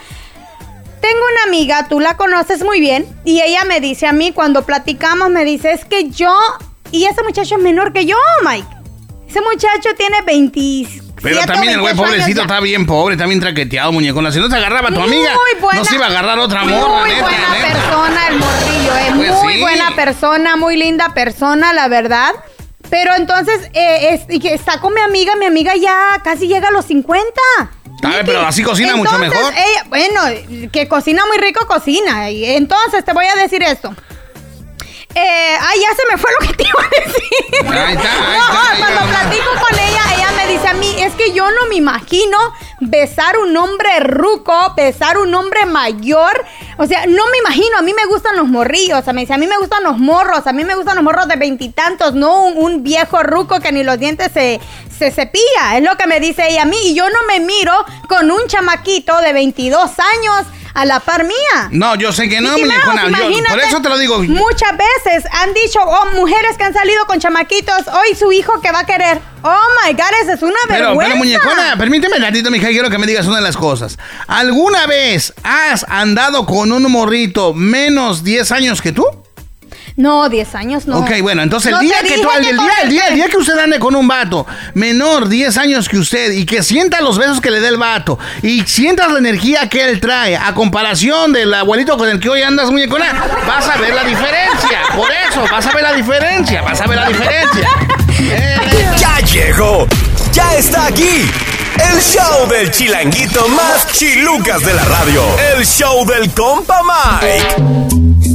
Tengo una amiga, tú la conoces muy bien, y ella me dice a mí, cuando platicamos, me dice, es que yo Y ese muchacho es menor que yo, Mike. Ese muchacho tiene veinte. Pero también el güey pobrecito está bien pobre, está bien traqueteado, muñecona. Si no te agarraba a tu amiga, buena, no se iba a agarrar otra morra, Muy neta, buena neta. persona el morrillo, eh. Pues muy sí. buena persona, muy linda persona, la verdad. Pero entonces, eh, es, y que está con mi amiga, mi amiga ya casi llega a los cincuenta. A ver, pero así cocina mucho Entonces, mejor. Ella, bueno, que cocina muy rico, cocina. Y entonces te voy a decir esto. Eh, ay, ya se me fue lo que te iba a decir. Ahí está, ahí no, está, ahí cuando está. platico con ella, ella me dice a mí, es que yo no me imagino besar un hombre ruco, besar un hombre mayor. O sea, no me imagino, a mí me gustan los morrillos. O sea, me dice, a mí me gustan los morros, a mí me gustan los morros de veintitantos, no un, un viejo ruco que ni los dientes se, se cepilla. Es lo que me dice ella a mí. Y yo no me miro con un chamaquito de veintidós años a la par mía. No, yo sé que no, Mickey muñecona. Mouse, Yo, imagínate, por eso te lo digo. Muchas veces han dicho, oh, mujeres que han salido con chamaquitos, hoy su hijo que va a querer. Oh my God, esa es una Pero, vergüenza. pero muñecona, permíteme un ratito, mija, quiero que me digas una de las cosas. ¿Alguna vez has andado con un morrito menos diez años que tú? No, diez años no. Ok, bueno, entonces el No día te que dije tú, el, que el con día, el el día, el que- día que usted ande con un vato menor diez años que usted y que sienta los besos que le dé el vato y sientas la energía que él trae a comparación del abuelito con el que hoy andas, muñecona, vas a ver la diferencia. Por eso, vas a ver la diferencia, vas a ver la diferencia. ¡Ya llegó! ¡Ya está aquí! El show del chilanguito más chilucas de la radio. El show del compa Mike.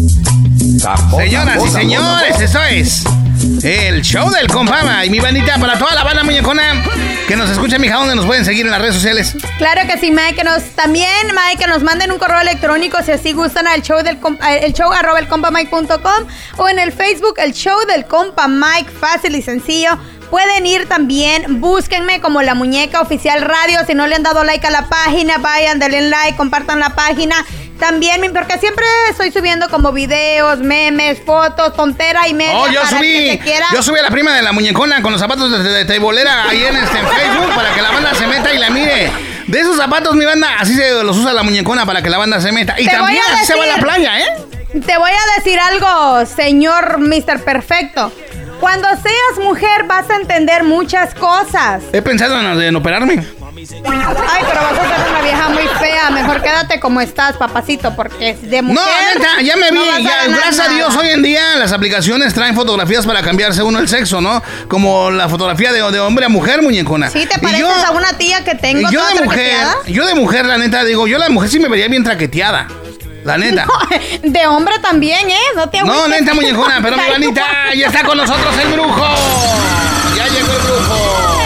Señoras y señores, eso es el show del compama. Y mi bandita, para toda la banda muñecona que nos escucha, mija, ¿dónde nos pueden seguir en las redes sociales? Claro que sí, Mike, que nos también, Mike, que nos manden un correo electrónico si así gustan al show del compa, el show arroba el compa mike punto com o en el Facebook el show del compa Mike, fácil y sencillo. Pueden ir también, búsquenme como La Muñeca Oficial Radio. Si no le han dado like a la página, vayan, denle like, compartan la página. También, porque siempre estoy subiendo como videos, memes, fotos, tontera y media. Oh, yo para el que subí, se quiera. yo subí a la prima de la muñecona con los zapatos de, de, de teibolera ahí en, este, en Facebook para que la banda se meta y la mire. De esos zapatos, mi banda, así se los usa la muñecona para que la banda se meta. Y Te también voy a así se va a la decir- playa, ¿eh? Te voy a decir algo, señor mister Perfecto. Cuando seas mujer vas a entender muchas cosas. He pensado en, en operarme. Ay, pero vas a ser una vieja muy fea. Mejor quédate como estás, papacito, porque es de mujer. No, neta, ya me vi, no vas a ya, ganar gracias a nada. Dios, hoy en día las aplicaciones traen fotografías para cambiarse uno el sexo, ¿no? Como la fotografía de, de hombre a mujer, muñecona. ¿Sí te Y pareces yo- a una tía que tengo Y yo toda de mujer, traqueteada? yo de mujer, la neta, digo, yo la mujer sí me vería bien traqueteada. La neta. No, de hombre también, ¿eh? No te No, agüites. neta, muñecona, pero mi Ay, bandita, ya está con nosotros el brujo. Ya llegó el brujo.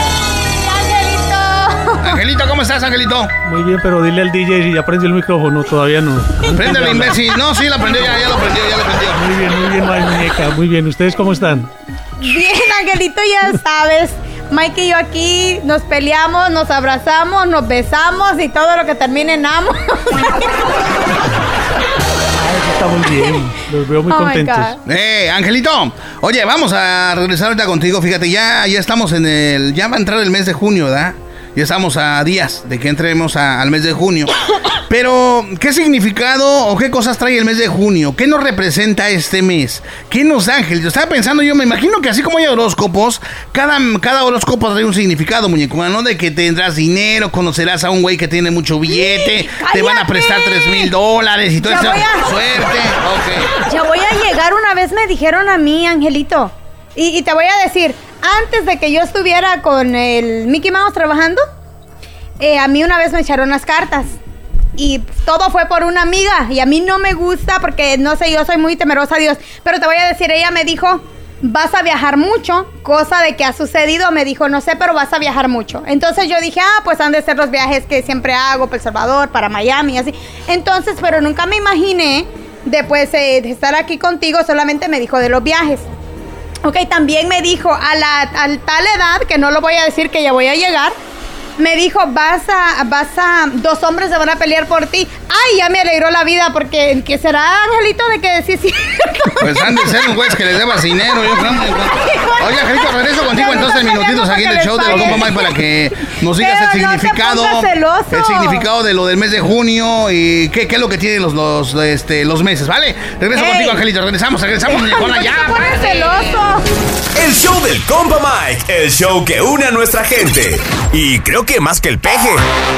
Angelito. Angelito, ¿cómo estás, Angelito? Muy bien, pero dile al D J si ya prendió el micrófono, todavía no. Préndelo, imbécil. No, sí, lo prendió, ya, ya lo prendió, ya lo prendió. Muy bien, muy bien, my muñeca, muy bien. ¿Ustedes cómo están? Bien, Angelito, ya sabes. Mike y yo aquí nos peleamos, nos abrazamos, nos besamos y todo lo que termine en amo. Eso está muy bien, los veo muy Oh my contentos. God. Eh, Angelito, oye, vamos a regresar ahorita contigo. Fíjate, ya, ya estamos en el. Ya va a entrar el mes de junio, ¿verdad? Ya estamos a días de que entremos a- al mes de junio. Pero, ¿qué significado o qué cosas trae el mes de junio? ¿Qué nos representa este mes? ¿Qué nos da, Angelito? Estaba pensando yo, me imagino que así como hay horóscopos, cada, cada horóscopo trae un significado, muñeco, ¿no? De que tendrás dinero, conocerás a un güey que tiene mucho billete, te van a prestar tres mil dólares y todo Ya eso. voy a- Suerte, ok. Ya voy a llegar, una vez me dijeron a mí, Angelito, y, y te voy a decir, antes de que yo estuviera con el Mickey Mouse trabajando, eh, a mí una vez me echaron las cartas. Y todo fue por una amiga. Y a mí no me gusta porque, no sé, yo soy muy temerosa a Dios. Pero te voy a decir, ella me dijo, vas a viajar mucho. Cosa de que ha sucedido, me dijo, no sé, pero vas a viajar mucho. Entonces yo dije, ah, pues han de ser los viajes que siempre hago para El Salvador, para Miami, así. Entonces, pero nunca me imaginé, después eh, de estar aquí contigo, solamente me dijo de los viajes. Ok, también me dijo a la a tal edad, que no lo voy a decir que ya voy a llegar, me dijo, vas a, vas a, dos hombres se van a pelear por ti. Ay, ya me alegró la vida, porque ¿qué será, Angelito, de que sí es cierto? Pues han de ser un güey que les debas dinero, yo creo. Oye, Angelito, regreso contigo entonces en minutitos aquí en el show del compa Mike para que nos digas el significado, el significado de lo del mes de junio y qué, qué es lo que tienen los, los, este, los meses, ¿vale? Regreso Ey. contigo, Angelito, regresamos, regresamos, muñecona, ya. celoso. El show del compa Mike, el show que une a nuestra gente. Y creo que más que el peje.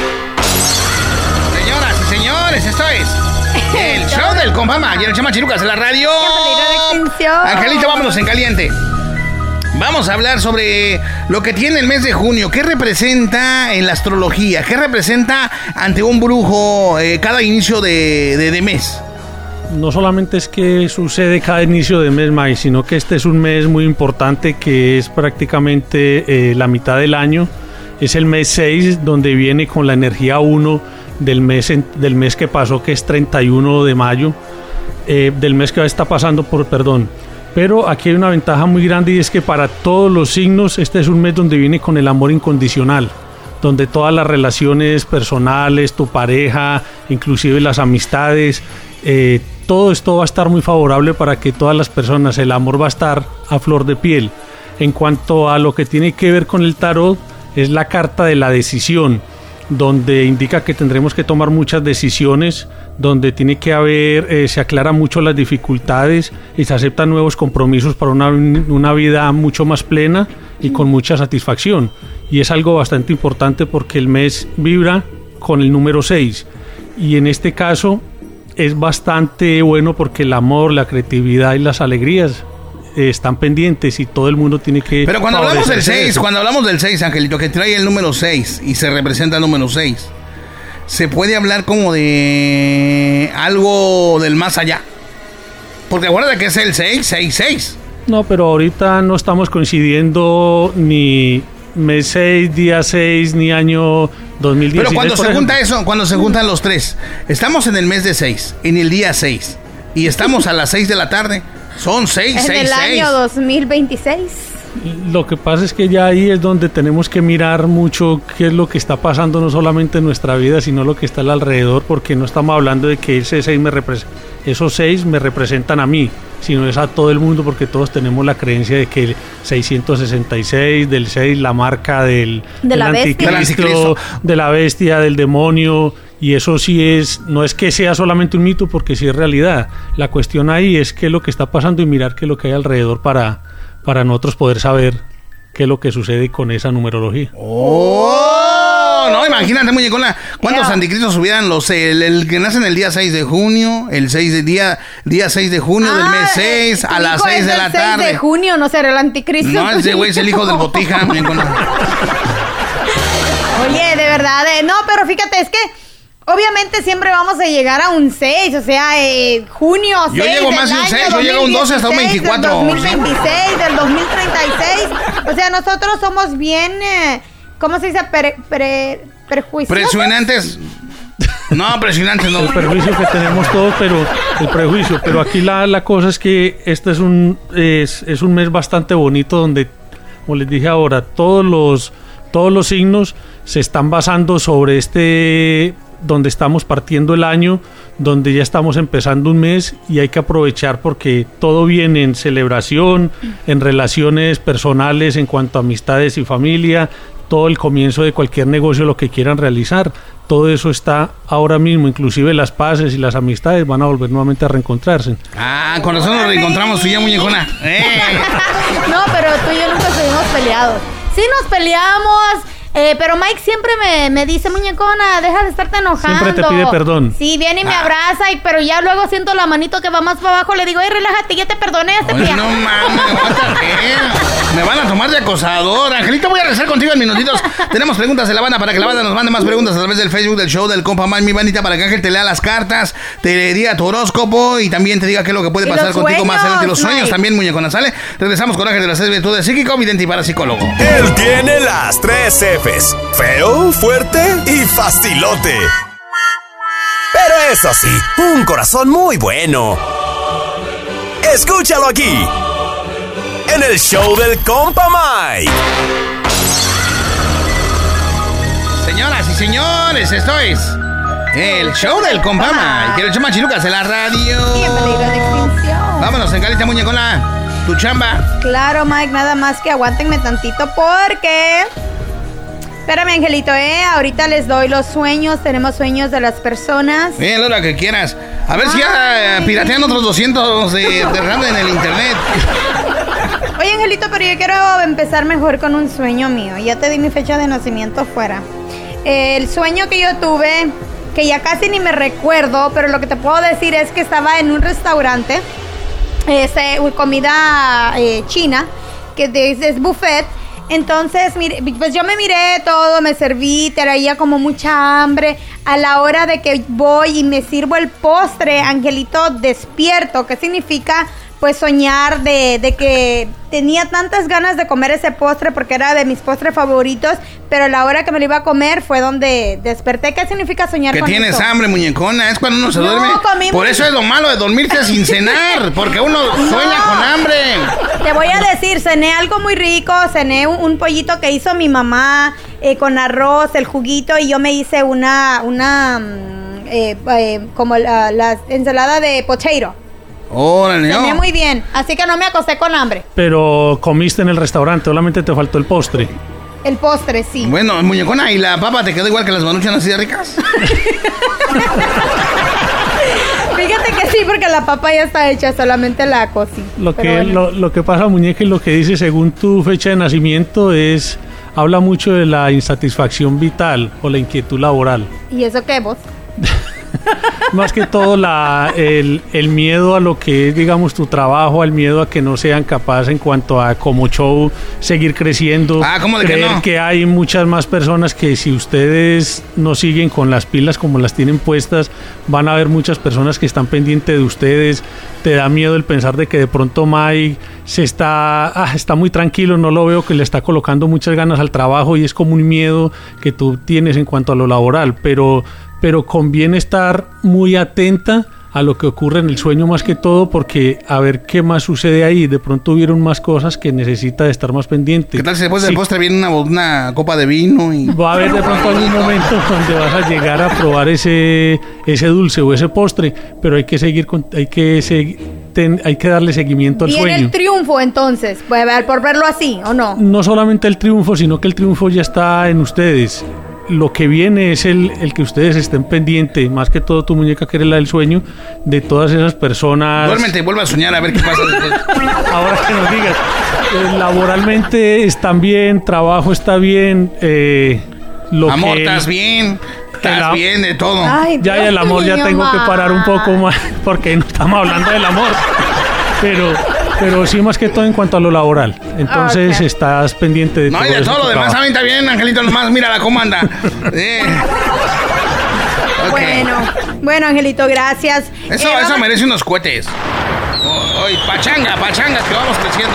Señoras y señores, esto es el show del compa Mike y el Chama Chirucas en la radio. Angelito, vámonos en caliente. Vamos a hablar sobre lo que tiene el mes de junio. ¿Qué representa en la astrología? ¿Qué representa ante un brujo eh, cada inicio de, de, de mes? No solamente es que sucede cada inicio de mes, Mike, sino que este es un mes muy importante que es prácticamente eh, la mitad del año. Es el mes seis, donde viene con la energía uno del mes, en, del mes que pasó, que es treinta y uno de mayo, eh, del mes que está pasando por, perdón. Pero aquí hay una ventaja muy grande y es que para todos los signos este es un mes donde viene con el amor incondicional, donde todas las relaciones personales, tu pareja, inclusive las amistades, eh, todo esto va a estar muy favorable para que todas las personas, el amor va a estar a flor de piel. En cuanto a lo que tiene que ver con el tarot, es la carta de la decisión, donde indica que tendremos que tomar muchas decisiones, donde tiene que haber, eh, se aclaran mucho las dificultades y se aceptan nuevos compromisos para una, una vida mucho más plena y con mucha satisfacción. Y es algo bastante importante porque el mes vibra con el número seis y en este caso es bastante bueno porque el amor, la creatividad y las alegrías eh, están pendientes y todo el mundo tiene que... Pero cuando hablamos del seis, cuando hablamos del seis, Angelito, que trae el número seis y se representa el número seis, se puede hablar como de algo del más allá. Porque acuérdate que es el seis, seis, seis. No, pero ahorita no estamos coincidiendo ni mes seis, día seis, ni año dos mil dieciséis. Pero cuando se ejemplo. junta eso, cuando se juntan los tres, estamos en el mes de seis, en el día seis, y estamos a las seis de la tarde, son seis, en seis, el seis. año dos mil veintiséis. Lo que pasa es que ya ahí es donde tenemos que mirar mucho qué es lo que está pasando, no solamente en nuestra vida, sino lo que está al alrededor, porque no estamos hablando de que ese seis me repre- esos seis me representan a mí, sino es a todo el mundo, porque todos tenemos la creencia de que el seiscientos sesenta y seis, del seis, la marca del, de del la anticristo, bestia. de la bestia, del demonio, y eso sí es, no es que sea solamente un mito, porque sí es realidad. La cuestión ahí es qué es lo que está pasando y mirar qué es lo que hay alrededor para... para nosotros poder saber qué es lo que sucede con esa numerología. ¡Oh! No, imagínate, muñecona, ¿cuántos yeah. anticristos hubieran los el, el que nace en el día seis de junio, el seis de día día seis de junio ah, del mes seis, a las seis de la el tarde? seis de junio, no será el anticristo. No, ese güey es el hijo del botija, muñecona. Oye, de verdad, eh, no, pero fíjate, es que obviamente siempre vamos a llegar a un seis, o sea, eh, junio seis. Yo llego más de un seis, yo llego a un doce hasta un veinticuatro. Del dos mil veintiséis, del dos mil treinta y seis. O sea, nosotros somos bien, eh, ¿cómo se dice? Pre, pre, prejuiciosos. Presionantes. No, presionantes no. El prejuicio que tenemos todos, pero el prejuicio. Pero aquí la, la cosa es que este es un, es, es un mes bastante bonito donde, como les dije ahora, todos los, todos los signos se están basando sobre este... donde estamos partiendo el año, donde ya estamos empezando un mes y hay que aprovechar porque todo viene en celebración, en relaciones personales, en cuanto a amistades y familia, todo el comienzo de cualquier negocio, lo que quieran realizar, todo eso está ahora mismo, inclusive las paces y las amistades van a volver nuevamente a reencontrarse. Ah, con razón nos reencontramos tú y yo, muñecona. ¡Eh! No, pero tú y yo nunca estuvimos peleados. Sí nos peleamos. Eh, pero Mike siempre me, me dice, muñecona, deja de estarte enojando. Siempre te pide perdón. Sí, viene y me Ah. abraza, y, pero ya luego siento la manito que va más para abajo. Le digo, ay, relájate, ya te perdoné. Este Oye, no mames, aguanta, ¿qué? Me van a tomar de acosador. Angelito, voy a regresar contigo en minutitos. Tenemos preguntas de la banda para que la banda nos mande más preguntas a través del Facebook del show del compa Mike, mi bandita, para que Ángel te lea las cartas, te diga tu horóscopo y también te diga qué es lo que puede Y pasar los contigo sueños, más adelante. Los sueños Mike. también, muñecona, ¿sale? Regresamos con Ángel de las seis virtudes psíquico, vidente y parapsicólogo. Él tiene las tres Fs: feo, fuerte y fastilote. Pero eso sí, un corazón muy bueno. Escúchalo aquí, en el show del compa Mike. señores, esto es el show del compa Mike, el show machilucas de la radio. Y en peligro de extinción. Vámonos, Angelita Muñecona, tu chamba. Claro, Mike, nada más que aguántenme tantito porque... Espérame, Angelito, ¿eh? Ahorita les doy los sueños. Tenemos sueños de las personas. Bien, la hora que quieras. A ver Ay. si ya eh, piratean otros doscientos de, de RAM en el internet. Oye, Angelito, pero yo quiero empezar mejor con un sueño mío. Ya te di mi fecha de nacimiento fuera. Eh, el sueño que yo tuve, que ya casi ni me recuerdo, pero lo que te puedo decir es que estaba en un restaurante, este, comida eh, china, que es, es buffet. Entonces, mire, pues yo me miré todo, me serví, traía como mucha hambre. A la hora de que voy y me sirvo el postre, Angelito, despierto. ¿Qué significa? Pues soñar de, de que tenía tantas ganas de comer ese postre porque era de mis postres favoritos, pero a la hora que me lo iba a comer fue donde desperté. ¿Qué significa soñar que con eso? Que tienes hambre, muñecona, es cuando uno se no, duerme. Por eso es lo malo de dormirse sin cenar, porque uno sueña no. con hambre. Te voy a decir, cené algo muy rico, cené un, un pollito que hizo mi mamá eh, con arroz, el juguito, y yo me hice una, una eh, eh, como la, la ensalada de potato. Órale, Cené no. muy bien, así que no me acosté con hambre. Pero comiste en el restaurante, solamente te faltó el postre. El postre, sí. Bueno, muñecona, ¿y la papa te quedó igual que las maruchan así de ricas? Fíjate que sí, porque la papa ya está hecha, solamente la cocí. Lo que, bueno. lo, lo que pasa, muñeca, y lo que dice según tu fecha de nacimiento es... Habla mucho de la insatisfacción vital o la inquietud laboral. ¿Y eso qué, vos? Más que todo la, el, el miedo a lo que es, digamos, tu trabajo, al miedo a que no sean capaces en cuanto a como show seguir creciendo. Ah, ¿cómo de creer que no? que hay muchas más personas que si ustedes no siguen con las pilas como las tienen puestas, van a haber muchas personas que están pendientes de ustedes. Te da miedo el pensar de que de pronto Mike se está, ah, está muy tranquilo, no lo veo que le está colocando muchas ganas al trabajo y es como un miedo que tú tienes en cuanto a lo laboral, pero... pero conviene estar muy atenta a lo que ocurre en el sueño más que todo, porque a ver qué más sucede ahí. De pronto hubieron más cosas que necesita de estar más pendiente. ¿Qué tal si después sí. del postre viene una, una copa de vino? Y... Va a haber de pronto algún momento donde vas a llegar a probar ese, ese dulce o ese postre, pero hay que seguir con, hay que seguir, ten, hay que darle seguimiento al Viene sueño. El triunfo entonces, por verlo así, ¿o no? No solamente el triunfo, sino que el triunfo ya está en ustedes. Lo que viene es el, el que ustedes estén pendientes, más que todo tu muñeca, que eres la del sueño, de todas esas personas. Duérmete y vuelve a soñar a ver qué pasa después. Ahora que nos digas, eh, laboralmente están bien, trabajo está bien, eh, lo amor, que estás bien, estás la, bien de todo. Ay, ya y el amor mío, ya tengo ma. que parar un poco más, porque no estamos hablando del amor, pero... Pero sí, más que todo en cuanto a lo laboral. Entonces okay. estás pendiente de no, todo. No, y de todo lo demás también está bien, Angelito. Nomás mira la comanda. Eh. Okay. Bueno, bueno, Angelito, gracias. Eso, eh, eso merece unos cohetes. Oh, oh, pachanga, pachanga, que vamos creciendo.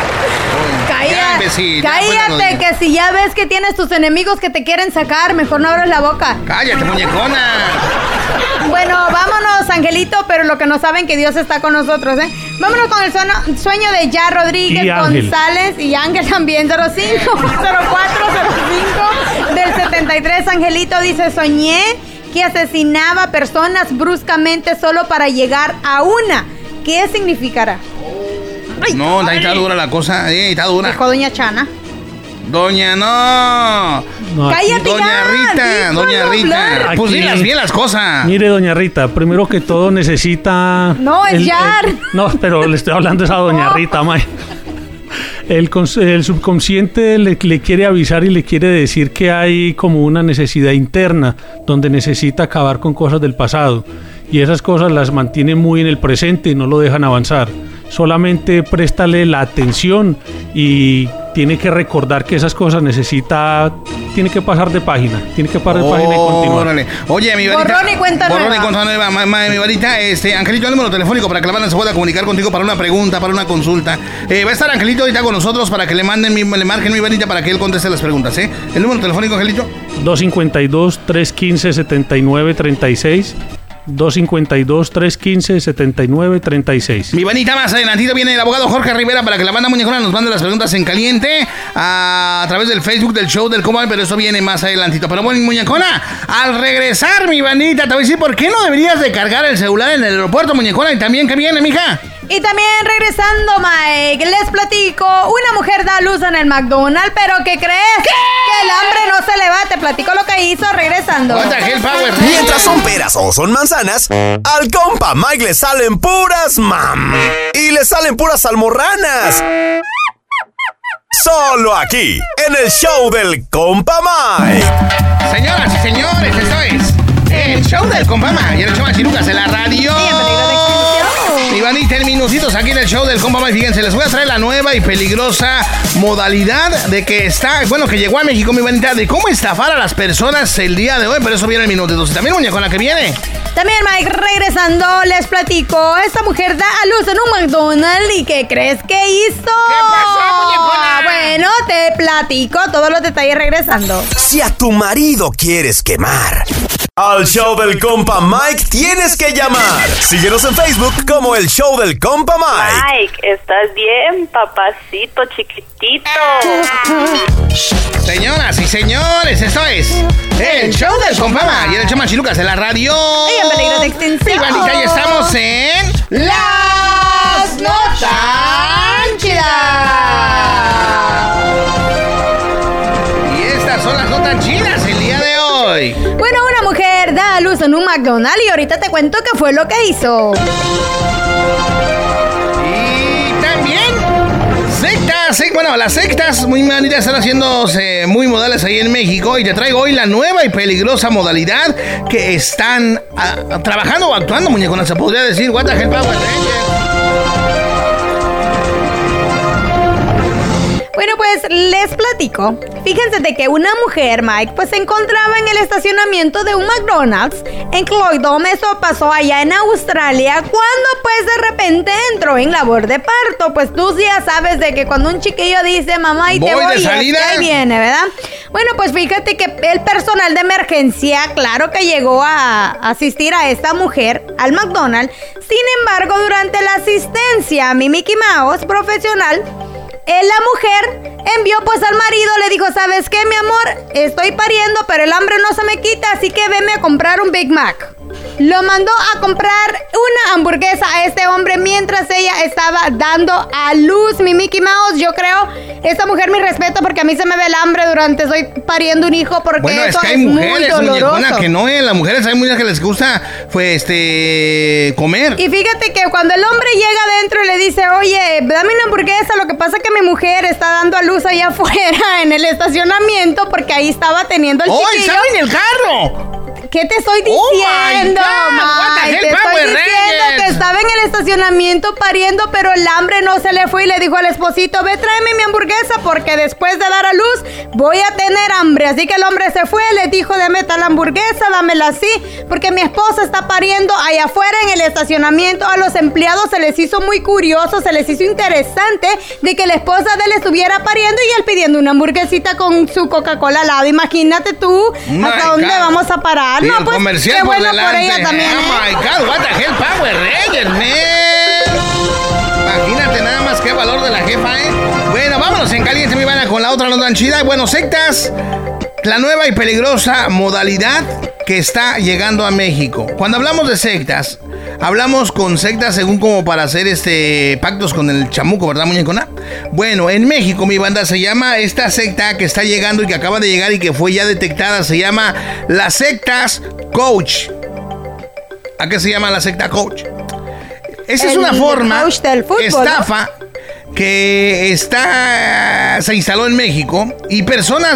Cállate, cállate, que si ya ves que tienes tus enemigos que te quieren sacar, mejor no abres la boca. Cállate, muñecona. Bueno, vámonos, Angelito, pero lo que no saben que Dios está con nosotros, ¿eh? Vámonos con el sueño, sueño de Ya Rodríguez y González y Ángel también, cero cinco cero cuatro cero cinco del setenta y tres. Angelito dice, soñé que asesinaba personas bruscamente solo para llegar a una. ¿Qué significará? Ay, no, ahí está dura la cosa, eh, está dura. Dijo doña Chana. Doña, no. no Cállate doña ya, Rita, doña Rita. Aquí, pues dilas bien las cosas. Mire, doña Rita, primero que todo necesita... No, es el, Yar. El, no, pero le estoy hablando a esa doña no. Rita, May. El, el subconsciente le, le quiere avisar y le quiere decir que hay como una necesidad interna donde necesita acabar con cosas del pasado. Y esas cosas las mantiene muy en el presente y no lo dejan avanzar. Solamente préstale la atención y tiene que recordar que esas cosas necesita, tiene que pasar de página, tiene que pasar de oh, página y continuar. Órale. Oye, mi varita. Borrón y cuenta borrón nueva. y cuenta nueva. Ma, ma, mi varita, este, Angelito, el número telefónico para que la banda se pueda comunicar contigo para una pregunta, para una consulta. Eh, va a estar Angelito ahorita con nosotros para que le manden, mi, le marquen mi varita para que él conteste las preguntas, ¿eh? El número telefónico, Angelito. dos cinco dos, tres uno cinco, siete nueve tres seis. dos cinco dos, tres uno cinco, siete nueve tres seis. Mi Vanita, más adelantito viene el abogado Jorge Rivera para que la banda muñecona nos mande las preguntas en caliente a, a través del Facebook del show del Compa, pero eso viene más adelantito. Pero bueno, muñecona, al regresar, mi Vanita, te voy a decir por qué no deberías de cargar el celular en el aeropuerto, muñecona, y también que viene, mija. Y también regresando, Mike, les platico, una mujer da luz en el McDonald's, pero ¿qué crees? ¿Qué? Que el hambre no se le va, te platico lo que hizo regresando. Mientras son peras o son manzanas, al compa Mike le salen puras mam y le salen puras almorranas. Solo aquí, en el show del compa Mike. Señoras y señores, esto es el show del compa Mike y el show Machirucas en la radio. Y Vanita, en minutitos aquí en el show del compa Mike. Fíjense, les voy a traer la nueva y peligrosa modalidad de que está, bueno, que llegó a México, mi Vanita, de cómo estafar a las personas el día de hoy. Pero eso viene en minutitos. Y también, muñecona, que viene. También, Mike, regresando, les platico, esta mujer da a luz en un McDonald's y ¿qué crees que hizo? ¿Qué pasó, muñecona? Bueno, te platico todos los detalles regresando. Si a tu marido quieres quemar, al show del compa Mike tienes que llamar. Síguenos en Facebook como el show del compa Mike. Mike, ¿estás bien, papacito chiquitito? Señoras y señores, esto es el show del compa Mike y el show Machirucas en la radio. Y en peligro de extinción. Y Vanita, ya estamos en Las Notas Chidas. Y estas son las notas chidas el día de hoy. Bueno, una mujer da a luz en un McDonald's y ahorita te cuento qué fue lo que hizo. Y también sectas, eh, bueno, las sectas muy manitas están haciéndose muy modales ahí en México y te traigo hoy la nueva y peligrosa modalidad que están a, a, trabajando o actuando, muñecona, se podría decir. What the hell, Power Rangers. Bueno, pues les platico. Fíjense de que una mujer, Mike, pues se encontraba en el estacionamiento de un McDonald's en Cloydom. Eso pasó allá en Australia, cuando pues de repente entró en labor de parto. Pues tú ya sabes de que cuando un chiquillo dice, mamá, y te voy, voy, de salida. y ahí viene, ¿verdad? Bueno, pues fíjate que el personal de emergencia, claro que llegó a asistir a esta mujer al McDonald's. Sin embargo, durante la asistencia, mi Mickey Mouse profesional, Eh, la mujer envió pues al marido, le dijo, ¿sabes qué, mi amor? Estoy pariendo, pero el hambre no se me quita, así que veme a comprar un Big Mac. Lo mandó a comprar una hamburguesa a este hombre mientras ella estaba dando a luz, mi Mickey Mouse. Yo creo, esta mujer, mi respeto, porque a mí se me ve el hambre durante estoy pariendo un hijo, porque bueno, eso es que hay es mujeres, muy doloroso. muñecona, que no, eh, las mujeres hay muchas que les gusta, pues, este, comer. Y fíjate que cuando el hombre llega adentro y le dice, oye, dame una hamburguesa, lo que pasa es que mi mujer está dando a luz allá afuera en el estacionamiento porque ahí estaba teniendo el ¡Oh, chiquillo. estaba en el carro! ¿Qué te estoy diciendo, oh Mike? Te estoy diciendo que estaba en el estacionamiento pariendo, pero el hambre no se le fue y le dijo al esposito, ve, tráeme mi hamburguesa porque después de dar a luz voy a tener hambre. Así que el hombre se fue, le dijo, dame tal hamburguesa, dámela así, porque mi esposa está pariendo allá afuera en el estacionamiento. A los empleados se les hizo muy curioso, se les hizo interesante de que la esposa de él estuviera pariendo y él pidiendo una hamburguesita con su Coca-Cola al lado. Imagínate tú My hasta dónde God. vamos a parar. Sí, No, el pues, comercial qué por bueno por delante. ella también, Oh ¿eh? my God, what the hell, Power Rangers, man. Imagínate nada más qué valor de la jefa, ¿eh? Bueno, vámonos en caliente, mi vana, con la otra nota chida. Bueno, sectas, la nueva y peligrosa modalidad que está llegando a México. Cuando hablamos de sectas, hablamos con sectas según como para hacer este pactos con el chamuco, ¿verdad, muñecona? Bueno, en México, mi banda, se llama esta secta que está llegando y que acaba de llegar y que fue ya detectada, se llama las sectas Coach. ¿A qué se llama la secta Coach? Esa es El una forma coach del fútbol, estafa, ¿no?, que está se instaló en México y personas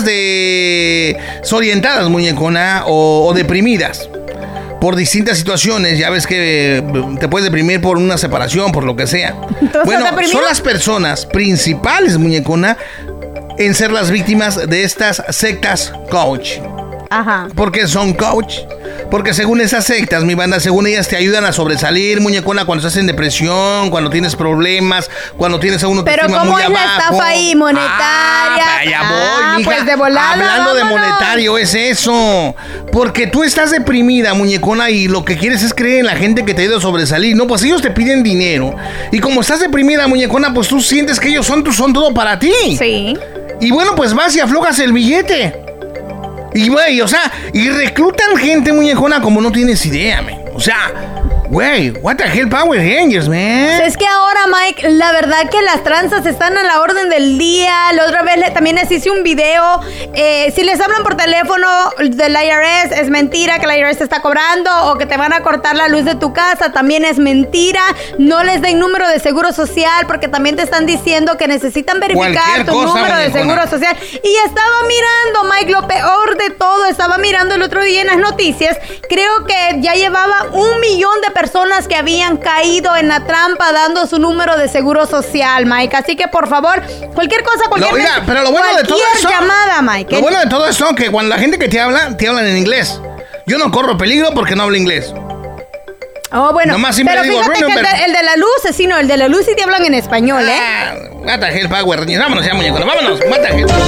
de desorientadas, muñecona, o, o deprimidas por distintas situaciones. Ya ves que te puedes deprimir por una separación, por lo que sea. Bueno, son las personas principales, muñecona, en ser las víctimas de estas sectas coach. Ajá. ¿Por qué son coach? Porque según esas sectas, mi banda, según ellas te ayudan a sobresalir, muñecona, cuando estás en depresión, cuando tienes problemas, cuando tienes a uno Pero ¿cómo es la estafa ahí? ¿Monetaria? Ah, allá voy, ah, mija. Pues de volada, Hablando de vámonos. monetario, es eso. Porque tú estás deprimida, muñecona, y lo que quieres es creer en la gente que te ayuda a sobresalir. No, pues ellos te piden dinero. Y como estás deprimida, muñecona, pues tú sientes que ellos son, son todo para ti. Sí. Y bueno, pues vas y aflojas el billete. Y güey, o sea, y reclutan gente, muñecona, como no tienes idea, man. O sea, güey, what the hell Power Rangers, man. Es que ahora, Mike, la verdad que las tranzas están a la orden del día. La otra vez le- también les hice un video. Eh, si les hablan por teléfono del I R S, es mentira que el I R S te está cobrando, o que te van a cortar la luz de tu casa, también es mentira. No les den número de seguro social, porque también te están diciendo que necesitan verificar Cualquier tu cosa, número de muñecona. seguro social. Y estaba mirando, Mike, lo peor de todo, estaba mirando el otro día en las noticias. Creo que ya llevaba un millón de personas que habían caído en la trampa dando su número de seguro social, Mike. Así que, por favor, cualquier cosa, cualquier, No, mira, pero lo bueno de todo cualquier eso, llamada, Mike. Lo bueno de todo esto, que cuando la gente que te habla, te hablan en inglés. Yo no corro peligro porque no hablo inglés. Oh, bueno, Nomás siempre pero digo, fíjate que el de, remember. el de la luz, sí, no, el de la luz sí te hablan en español, ¿eh? Ah, what the hell Power Rangers. Vámonos ya, muñecona, vámonos. What the hell.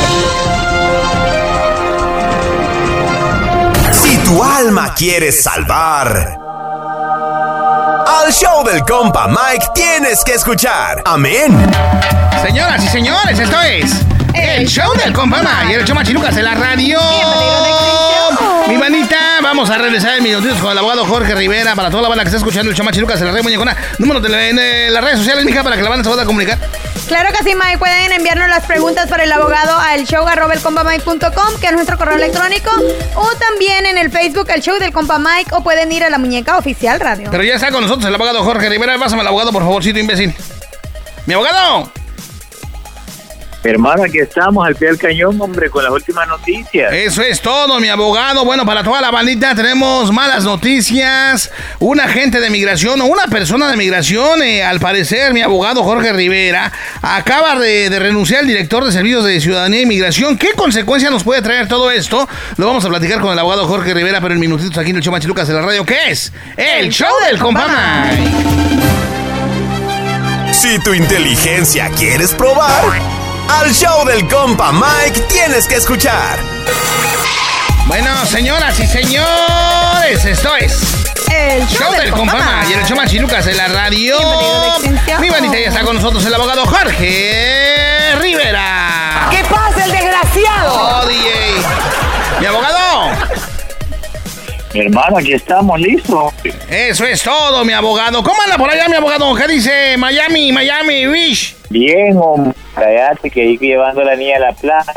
Si tu alma quieres salvar, al show del compa Mike tienes que escuchar. Amén. Señoras y señores, esto es el show del compa Mike y el show Machilucas en la radio. Mi manita, vamos a regresar en minutitos con el abogado Jorge Rivera para toda la banda que está escuchando el show Machilucas en la radio, muñecona. Número de, la- en, eh, las redes sociales, mija, para que la banda se pueda comunicar. Claro que sí, Mike. Pueden enviarnos las preguntas para el abogado al show arroba el compa mike punto com, que es nuestro correo electrónico, o también en el Facebook, el show del compa Mike, o pueden ir a la muñeca oficial radio. Pero ya está con nosotros el abogado Jorge Rivera. Pásame al abogado, por favorcito, imbécil. ¡Mi abogado! Hermano, aquí estamos al pie del cañón, hombre, con las últimas noticias. Eso es todo, mi abogado. Bueno, para toda la bandita tenemos malas noticias. Un agente de migración o una persona de migración, eh, al parecer, mi abogado Jorge Rivera, acaba de, de renunciar al director de Servicios de Ciudadanía e Inmigración. ¿Qué consecuencias nos puede traer todo esto? Lo vamos a platicar con el abogado Jorge Rivera, pero en minutitos aquí en el show Machilucas de la radio, ¿qué es? El show del compa Mike. Si tu inteligencia quieres probar, al show del compa Mike tienes que escuchar. Bueno, señoras y señores, esto es el show del compa Mike y el show Machilucas de la radio. Mi bandita, ya está con nosotros el abogado Jorge Rivera. ¿Qué pasa, el desgraciado? Oh, D J. Mi abogado. Mi hermano, aquí estamos listos. Eso es todo, mi abogado. ¿Cómo anda por allá, mi abogado? ¿Qué dice Miami, Miami Beach? Bien, hombre, allá te quedé llevando a la niña a la playa,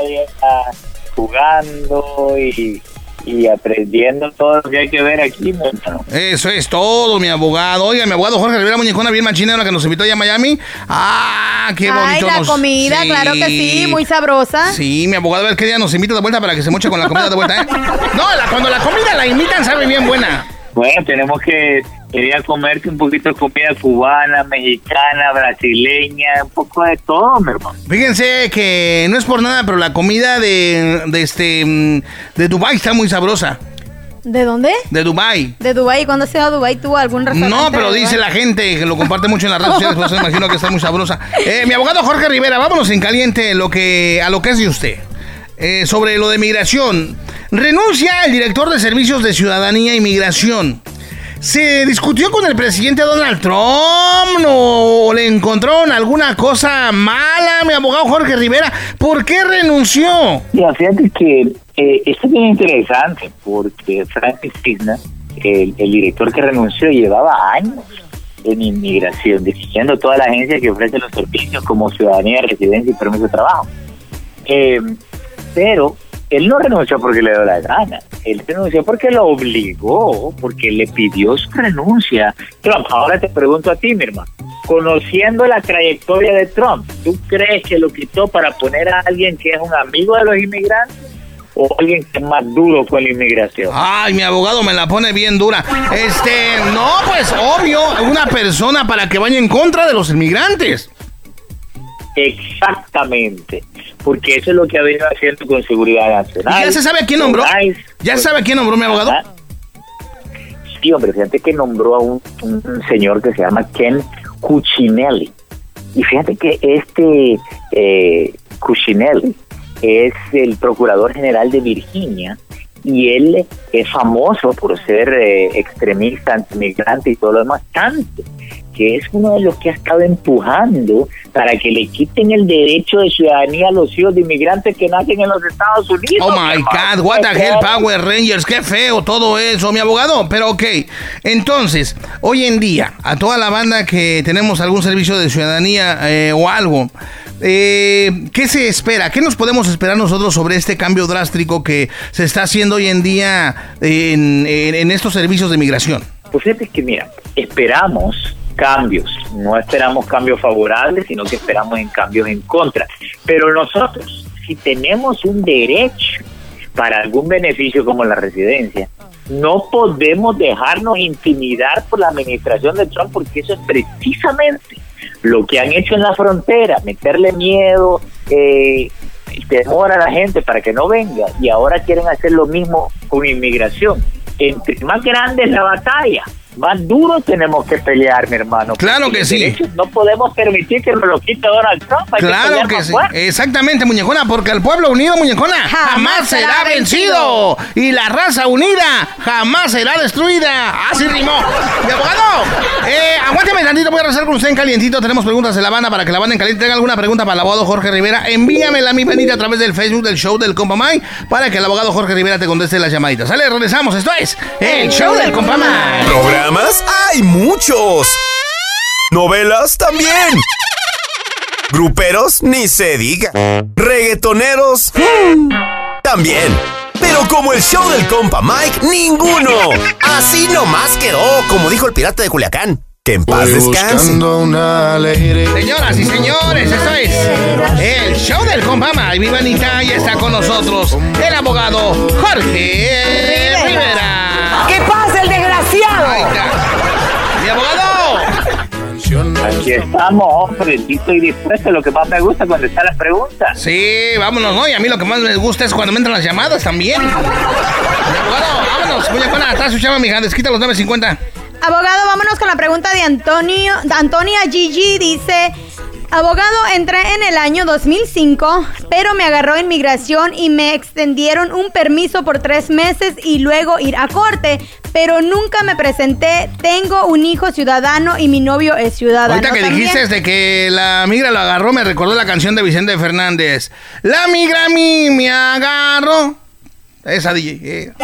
jugando y, y aprendiendo todo lo que hay que ver aquí, mi hermano. Eso es todo, mi abogado. Oiga, mi abogado Jorge Rivera Muñecona, bien machinero, que nos invitó allá a Miami. Ah, qué bonito. Ay, la nos- comida, Sí. claro que sí, muy sabrosa. Sí, mi abogado, a ver qué día nos invita de vuelta para que se moche con la comida de vuelta, ¿eh? No, la- cuando la comida la invitan, sabe bien buena. Bueno, tenemos que ir a comerte un poquito de comida cubana, mexicana, brasileña, un poco de todo, mi hermano. Fíjense que no es por nada, pero la comida de, de este mm, de Dubái está muy sabrosa. ¿De dónde? De Dubái. De Dubái. ¿Cuándo has ido a Dubái tú? ¿Algún restaurante? No, pero de dice Dubái? la gente que lo comparte mucho en las redes sociales, por eso imagino que está muy sabrosa. Eh, mi abogado Jorge Rivera, vámonos en caliente lo que, a lo que es de usted. Eh, sobre lo de migración. Renuncia el director de Servicios de Ciudadanía e Inmigración. ¿Se discutió con el presidente Donald Trump? ¿O le encontraron alguna cosa mala, mi abogado Jorge Rivera? ¿Por qué renunció? Ya, fíjate que eh, esto es bien interesante porque Francis Signa, el, el director que renunció, llevaba años en inmigración, dirigiendo toda la agencia que ofrece los servicios como ciudadanía, residencia y permiso de trabajo. Eh, pero él no renunció porque le dio la gana, él renunció porque lo obligó, porque le pidió su renuncia. Trump, ahora te pregunto a ti, mi hermano, conociendo la trayectoria de Trump, ¿tú crees que lo quitó para poner a alguien que es un amigo de los inmigrantes o alguien que es más duro con la inmigración? Ay, mi abogado me la pone bien dura. Este, no, pues obvio, una persona para que vaya en contra de los inmigrantes. Exactamente, porque eso es lo que ha venido haciendo con Seguridad Nacional. ¿Y ya se sabe a quién nombró? Con ICE. ¿Ya se sabe a quién nombró, mi abogado? Ajá. Sí, hombre, fíjate que nombró a un, un señor que se llama Ken Cuccinelli. Y fíjate que este eh, Cuccinelli es el procurador general de Virginia y él es famoso por ser eh, extremista, antimigrante y todo lo demás, tanto que es uno de los que ha estado empujando para que le quiten el derecho de ciudadanía a los hijos de inmigrantes que nacen en los Estados Unidos. Oh my God, what the hell, Power Rangers, qué feo todo eso, mi abogado. Pero ok, entonces, hoy en día, a toda la banda que tenemos algún servicio de ciudadanía eh, o algo, eh, ¿qué se espera? ¿Qué nos podemos esperar nosotros sobre este cambio drástico que se está haciendo hoy en día en, en, en estos servicios de migración? Pues fíjate que mira, esperamos cambios, no esperamos cambios favorables, sino que esperamos en cambios en contra. Pero nosotros, si tenemos un derecho para algún beneficio como la residencia, no podemos dejarnos intimidar por la administración de Trump, porque eso es precisamente lo que han hecho en la frontera, meterle miedo, eh, temor a la gente para que no venga, y ahora quieren hacer lo mismo con inmigración. Entre más grande es la batalla, más duro tenemos que pelear, mi hermano. Claro que sí. No podemos permitir que nos lo quite Donald Trump. Hay claro que, que sí. Fuerte. Exactamente, muñecona, porque el pueblo unido, muñecona, jamás, jamás será vencido. vencido. Y la raza unida jamás será destruida. Así rimó. Mi abogado, eh, aguánteme tantito, voy a rezar con usted en calientito. Tenemos preguntas de la banda para que la banda en caliente tenga alguna pregunta para el abogado Jorge Rivera. Envíamela, mi benita, a través del Facebook del show del Compa Mike para que el abogado Jorge Rivera te conteste las llamaditas. Sale, regresamos. Esto es el show del Compa Mike. ¿Programas? ¡Hay muchos! ¿Novelas? También. ¿Gruperos? Ni se diga. ¿Reggaetoneros? También. Pero como el show del Compa Mike, ninguno. Así nomás quedó, como dijo el pirata de Culiacán. Que en paz descanse. Señoras y señores, esto es el show del Compa Mike. Mi manita, ya está con nosotros el abogado Jorge Rivera. ¿Qué pasa, el desgraciado? Ahí está. ¡Mi abogado! Aquí estamos, hombre, estoy dispuesto. Lo que más me gusta cuando están las preguntas. Sí, vámonos, ¿no? Y a mí lo que más me gusta es cuando me entran las llamadas también. Mi abogado, vámonos. Voy a poner atrás su chama, mija. Desquita los nueve cincuenta. Abogado, vámonos con la pregunta de Antonio. Antonia Gigi dice: abogado, entré en el año dos mil cinco, pero me agarró inmigración y me extendieron un permiso por tres meses y luego ir a corte, pero nunca me presenté. Tengo un hijo ciudadano y mi novio es ciudadano. Ahorita que también. dijiste de que la migra lo agarró, me recordó la canción de Vicente Fernández. La migra a mí me agarró. Esa D J. Eh.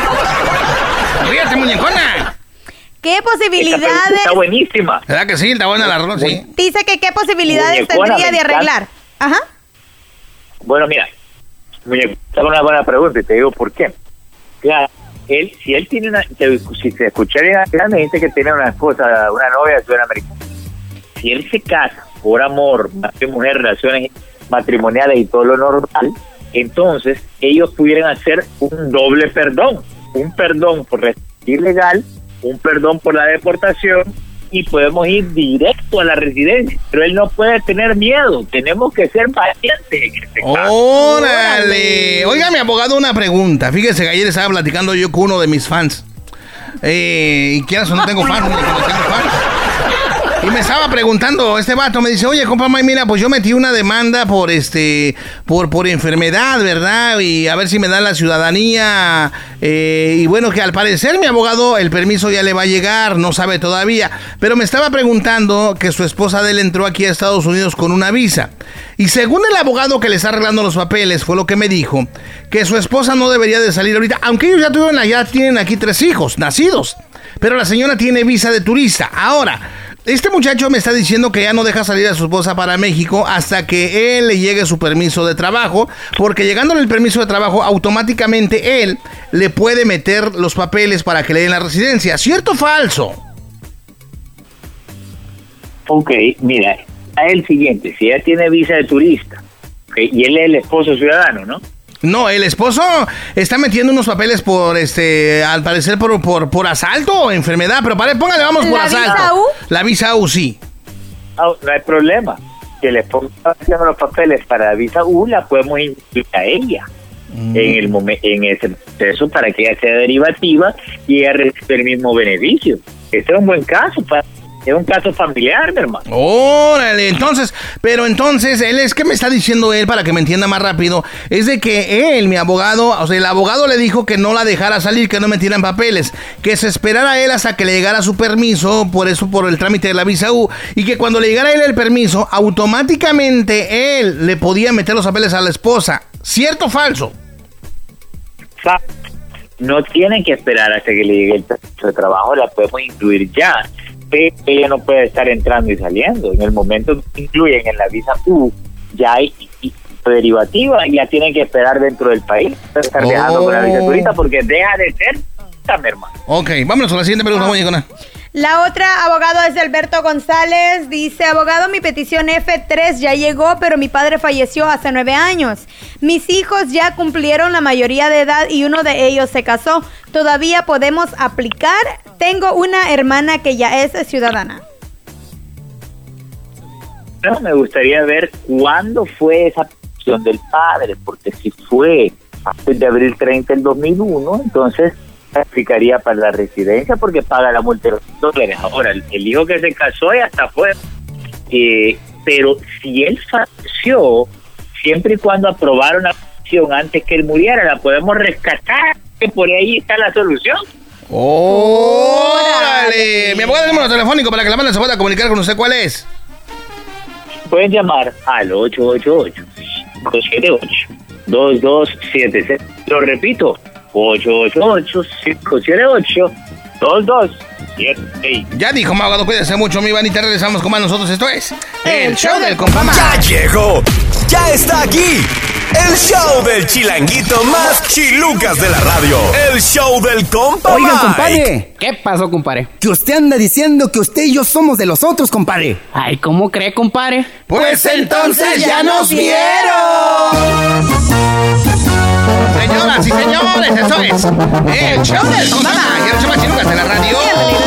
Ríete, muñecona. ¿Qué posibilidades? Está buenísima. ¿Verdad que sí? Está buena la rola, sí. Dice que qué posibilidades Muñecona, tendría de arreglar. Ajá. Bueno, mira, Muñeco, es una buena pregunta y te digo por qué. Claro, él, si él tiene una, si se escucha bien, me dice que tiene una esposa, una novia ciudadana americana. Si él se casa por amor, mujer, relaciones matrimoniales y todo lo normal, entonces ellos pudieran hacer un doble perdón. Un perdón por residir legal, un perdón por la deportación, y podemos ir directo a la residencia. Pero él no puede tener miedo, tenemos que ser pacientes en este caso. ¡Órale! Oiga, mi abogado, una pregunta. Fíjese que ayer estaba platicando yo con uno de mis fans. Eh, y quieras o no tengo fans, no tengo fans. Y me estaba preguntando, este vato me dice: oye, compa Mike, mira, pues yo metí una demanda por este, por, por enfermedad, ¿verdad? Y a ver si me dan la ciudadanía. Eh, y bueno, que al parecer mi abogado, el permiso ya le va a llegar, no sabe todavía. Pero me estaba preguntando que su esposa de él entró aquí a Estados Unidos con una visa. Y según el abogado que le está arreglando los papeles, fue lo que me dijo, que su esposa no debería de salir ahorita, aunque ellos ya tuvieron, ya tienen aquí tres hijos nacidos. Pero la señora tiene visa de turista. Ahora, este muchacho me está diciendo que ya no deja salir a su esposa para México hasta que él le llegue su permiso de trabajo, porque llegándole el permiso de trabajo, automáticamente él le puede meter los papeles para que le den la residencia. ¿Cierto o falso? Ok, mira, es el siguiente: si ella tiene visa de turista, okay, y él es el esposo ciudadano, ¿no? No, el esposo está metiendo unos papeles por, este, al parecer por, por, por asalto o enfermedad, pero pare, póngale, vamos por asalto. ¿La visa U? La visa U, sí. No, no hay problema. Si el esposo está haciendo los papeles para la visa U, la podemos incluir a ella. mm. en el momen- en ese proceso para que ella sea derivativa y ella reciba el mismo beneficio. Este es un buen caso, pa- es un caso familiar, mi hermano. Órale, entonces, pero entonces, él es que me está diciendo él, para que me entienda más rápido, es de que él, mi abogado, o sea, el abogado le dijo que no la dejara salir, que no metieran papeles, que se esperara él hasta que le llegara su permiso, por eso, por el trámite de la visa U, y que cuando le llegara a él el permiso, automáticamente él le podía meter los papeles a la esposa. ¿Cierto o falso? Fa- No tienen que esperar hasta que le llegue el permiso de trabajo, la podemos incluir ya. Pero ella no puede estar entrando y saliendo. En el momento que incluyen en la visa U, ya hay derivativa y ya tienen que esperar dentro del país. No estar Oh. dejando con la visa turista porque deja de ser, mi hermano. Ok, vámonos con la siguiente pregunta, muñecona. La otra, abogado, es Alberto González. Dice, abogado, mi petición F tres ya llegó, pero mi padre falleció hace nueve años. Mis hijos ya cumplieron la mayoría de edad y uno de ellos se casó. ¿Todavía podemos aplicar? Tengo una hermana que ya es ciudadana. No, me gustaría ver cuándo fue esa petición del padre, porque si fue antes de abril treinta del dos mil uno, entonces aplicaría para la residencia porque paga la multa de los dólares. Ahora, el, el hijo que se casó ya está fuera. Eh, pero si él falleció, siempre y cuando aprobaron la petición antes que él muriera, la podemos rescatar, que por ahí está la solución. ¡Órale! Mi abogado, el número telefónico para que la banda se pueda comunicar con usted, ¿cuál es? Pueden llamar al ocho ocho ocho, cinco siete ocho, dos dos siete seis. Lo repito, ocho ocho ocho, cinco siete ocho, dos dos siete seis. Ya dijo, mi abogado, cuídese mucho, mi Vanita. Regresamos con más nosotros. Esto es El Show del Compa Mike. ¡Ya llegó! ¡Ya está aquí! El show del chilanguito más chilucas de la radio. El show del Compa Oigan, Mike. compadre. ¿Qué pasó, compadre? Que usted anda diciendo que usted y yo somos de los otros, compadre. Ay, ¿cómo cree, compadre? Pues entonces ya nos vieron. Señoras y señores, esto es El Show del Compa Mike. El show más chilucas de la radio.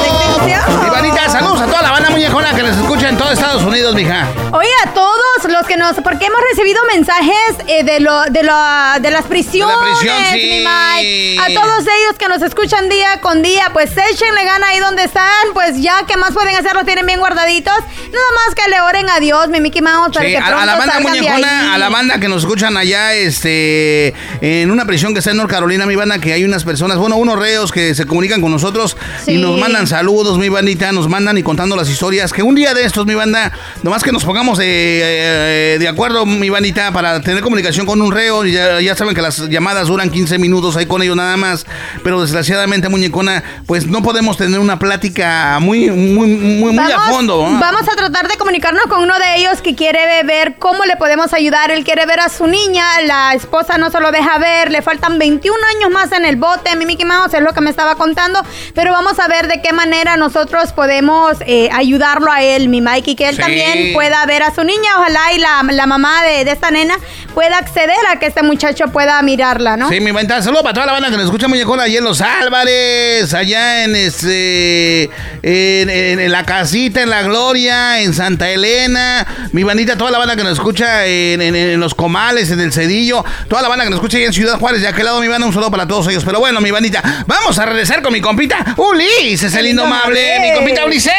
Mi Vanita, saludos a toda la banda muñecona que nos escucha en todo Estados Unidos, mija. Oye, a todos los que nos... Porque hemos recibido mensajes eh, de lo de lo de las prisiones, De la prisión, sí. mi Mike. A todos ellos que nos escuchan día con día, pues échenle gana ahí donde están. Pues ya, ¿qué más pueden hacer? Los tienen bien guardaditos. Nada más que le oren a Dios, mi Mickey Mouse, para Sí, que a, pronto a la banda salgan de muñecona, ahí. a la banda que nos escuchan allá, este, en una prisión que está en North Carolina, mi banda, que hay unas personas, bueno, unos reos que se comunican con nosotros Sí. y nos mandan saludos, mi bandita, nos mandan y contando las historias, que un día de estos, mi banda, nomás que nos pongamos eh, eh, de acuerdo, mi bandita, para tener comunicación con un reo, y ya, ya saben que las llamadas duran quince minutos ahí con ellos nada más, pero desgraciadamente, muñecona, pues no podemos tener una plática muy, muy, muy, muy a fondo, ¿no? Vamos a tratar de comunicarnos con uno de ellos que quiere ver cómo le podemos ayudar. Él quiere ver a su niña, la esposa no se lo deja ver, le faltan veintiún años más en el bote, mi Mickey Mouse, es lo que me estaba contando, pero vamos a ver de qué manera nosotros podemos eh, ayudarlo a él, mi Mike, y que él Sí. también pueda ver a su niña, ojalá y la, la mamá de, de esta nena pueda acceder a que este muchacho pueda mirarla, ¿no? Sí, mi bandita, saludos para toda la banda que nos escucha, muñecona, allá en Los Álvarez, allá en este, en, en- en la casita, en La Gloria, en Santa Elena, mi bandita, toda la banda que nos escucha en, en- en Los Comales, en El Cedillo, toda la banda que nos escucha allá en Ciudad Juárez, de aquel lado, mi banda, un saludo para todos ellos. Pero bueno, mi bandita, vamos a regresar con mi compita Ulises, el indomable, mi compita Ulises.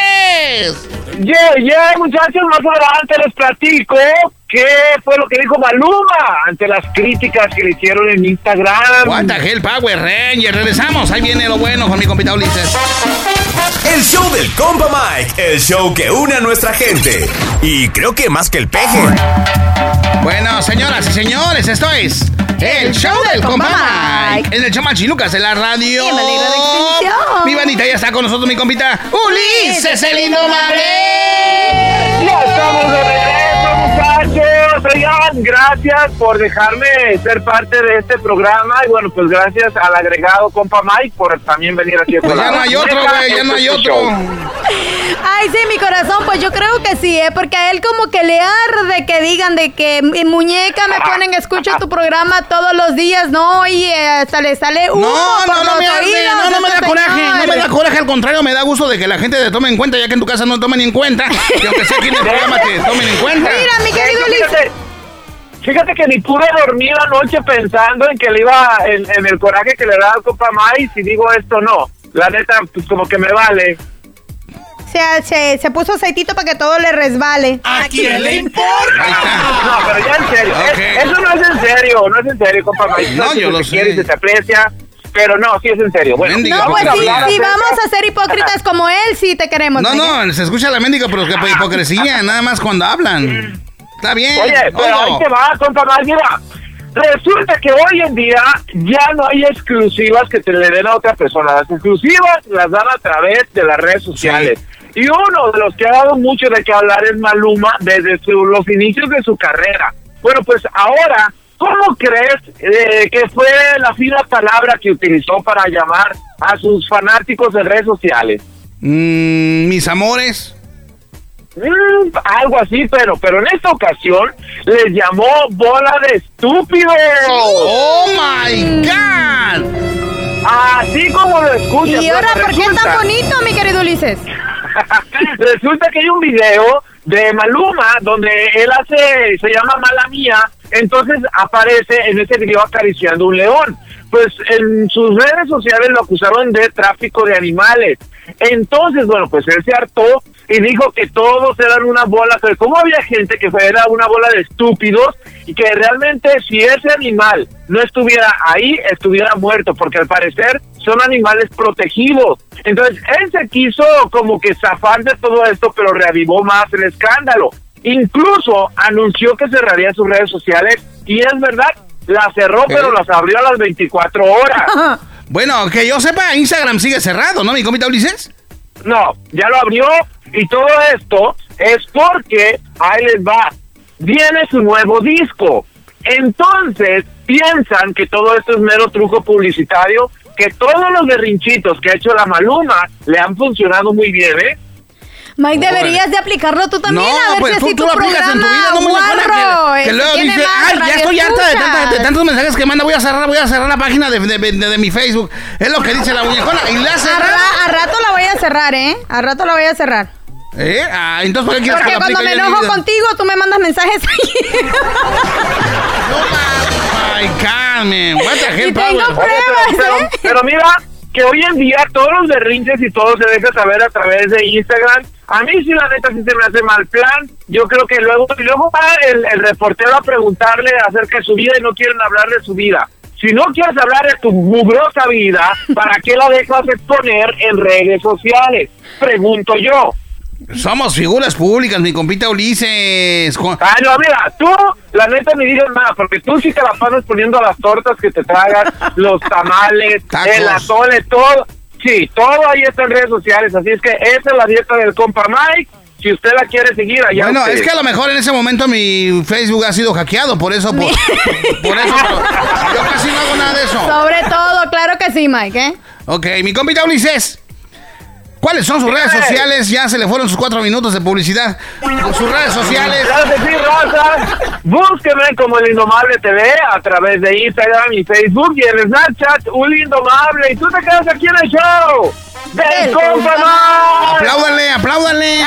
Yeah, yeah, muchachos, más adelante les platico qué fue lo que dijo Maluma ante las críticas que le hicieron en Instagram. What the hell, Power Ranger, regresamos, ahí viene lo bueno con mi compita Ulises. El show del Compa Mike. El show que une a nuestra gente. Y creo que más que el peje. Bueno, señoras y señores, esto es El Show del Compa Mike. En el show más chilucas de la radio. Bienvenido a la extinción. Mi bandita, ya está con nosotros mi compita Ulises, el indomable. Ya estamos de regreso, muchachos. Oigan, gracias por dejarme ser parte de este programa. Y bueno, pues gracias al agregado compa Mike por también venir aquí a Pues ya no hay otro, güey, ya no hay otro. Ay, sí, mi corazón, pues yo creo que sí, ¿eh? Porque a él como que le arde que digan de que mi muñeca me ponen, escucho tu programa todos los días, ¿no? Y eh, hasta le sale humo No, por no, no los me arde, oídos, no, no me da este coraje, señor. no me da coraje, al contrario, me da gusto de que la gente te tome en cuenta, ya que en tu casa no tomen en cuenta, y aunque sea aquí en el programa te tomen en cuenta. Mira, mi querido Fíjate, Ulises. Fíjate que ni pude dormir anoche pensando en que le iba, en, en el coraje que le daba al compa Mike, si digo esto no. La neta, pues como que me vale. Se, se, se puso aceitito para que todo le resbale. ¿A quién le importa? No, pero ya en serio. Okay. Es, eso no es en serio, no es en serio, compa Mike. No, no yo lo sé. Quiere y se te aprecia, pero no, sí es en serio. Bueno, no, pues sí, si vamos a ser hipócritas como él, sí te queremos. No, ¿no? no, se escucha la mendiga, pero que hipocresía, nada más cuando hablan. Está bien. Oye, pero ahí te va, compa Mike, mira. Resulta que hoy en día ya no hay exclusivas que te le den a otra persona. Las exclusivas las dan a través de las redes sociales. Sí. Y uno de los que ha dado mucho de qué hablar es Maluma desde su, los inicios de su carrera. Bueno, pues ahora, ¿cómo crees eh, que fue la fina palabra que utilizó para llamar a sus fanáticos en redes sociales? Mm, mis amores. Mm, algo así, pero pero en esta ocasión les llamó bola de estúpidos. ¡Oh, my God! Así como lo escuchas. ¿Y ahora por qué tan bonito, mi querido Ulises? Resulta que hay un video de Maluma donde él hace, se llama Mala Mía, entonces aparece en ese video acariciando un león. Pues en sus redes sociales lo acusaron de tráfico de animales. Entonces, bueno, pues él se hartó y dijo que todos eran una bola, pero ¿cómo había gente que era una bola de estúpidos y que realmente si ese animal no estuviera ahí, estuviera muerto? Porque al parecer son animales protegidos. Entonces, él se quiso como que zafar de todo esto, pero reavivó más el escándalo. Incluso anunció que cerraría sus redes sociales y es verdad, las cerró, ¿qué? Pero las abrió a las veinticuatro horas. Bueno, que yo sepa, Instagram sigue cerrado, ¿no, mi compita Ulises? No, ya lo abrió y todo esto es porque, ahí les va, viene su nuevo disco. Entonces, piensan que todo esto es mero truco publicitario, que todos los berrinchitos que ha hecho la Maluma le han funcionado muy bien, ¿eh? Mike, deberías de aplicarlo tú también, no, a ver pues si tú, así tú tu lo aplicas en tu vida, no guarro, que, que luego dice, ay, ya estoy harta de, tanta, de tantos mensajes que manda, voy a cerrar, voy a cerrar la página de, de, de, de mi Facebook. Es lo que dice la muñecona y la cerrar. A, a rato la voy a cerrar, ¿eh? A rato la voy a cerrar. ¿Eh? Ah, entonces ¿por qué quieres Porque que cuando me enojo contigo, tú me mandas mensajes ahí. No, ay, Carmen, what the hell, y tengo Power. pruebas, Oye, pero, ¿eh? pero, pero mira, que hoy en día todos los berrinches y todo se deja saber a través de Instagram. A mí sí, la neta, sí se me hace mal plan. Yo creo que luego, y luego va el, el reportero a preguntarle acerca de su vida y no quieren hablar de su vida. Si no quieres hablar de tu mugrosa vida, ¿para qué la dejas exponer en redes sociales? Pregunto yo. Somos figuras públicas, mi compita Ulises. Ah, no, mira, tú, la neta, ni digas nada, porque tú sí te la pasas poniendo las tortas que te tragas, los tamales, tacos, el atole, todo. Sí, todo ahí está en redes sociales, así es que esa es la dieta del compa Mike. Si usted la quiere seguir, allá Bueno, usted. es que a lo mejor en ese momento mi Facebook ha sido hackeado, por eso, por, por eso, yo casi no hago nada de eso. Sobre todo, claro que sí, Mike, ¿eh? Ok, mi compita Ulises, ¿cuáles son sus redes sociales? Ya se le fueron sus cuatro minutos de publicidad. Sus redes sociales. Claro que sí, raza. Búsqueme como El Indomable T V a través de Instagram y Facebook y en Snapchat, Un Indomable. Y tú te quedas aquí en el show del compa Mike. Apláudanle, apláudanle.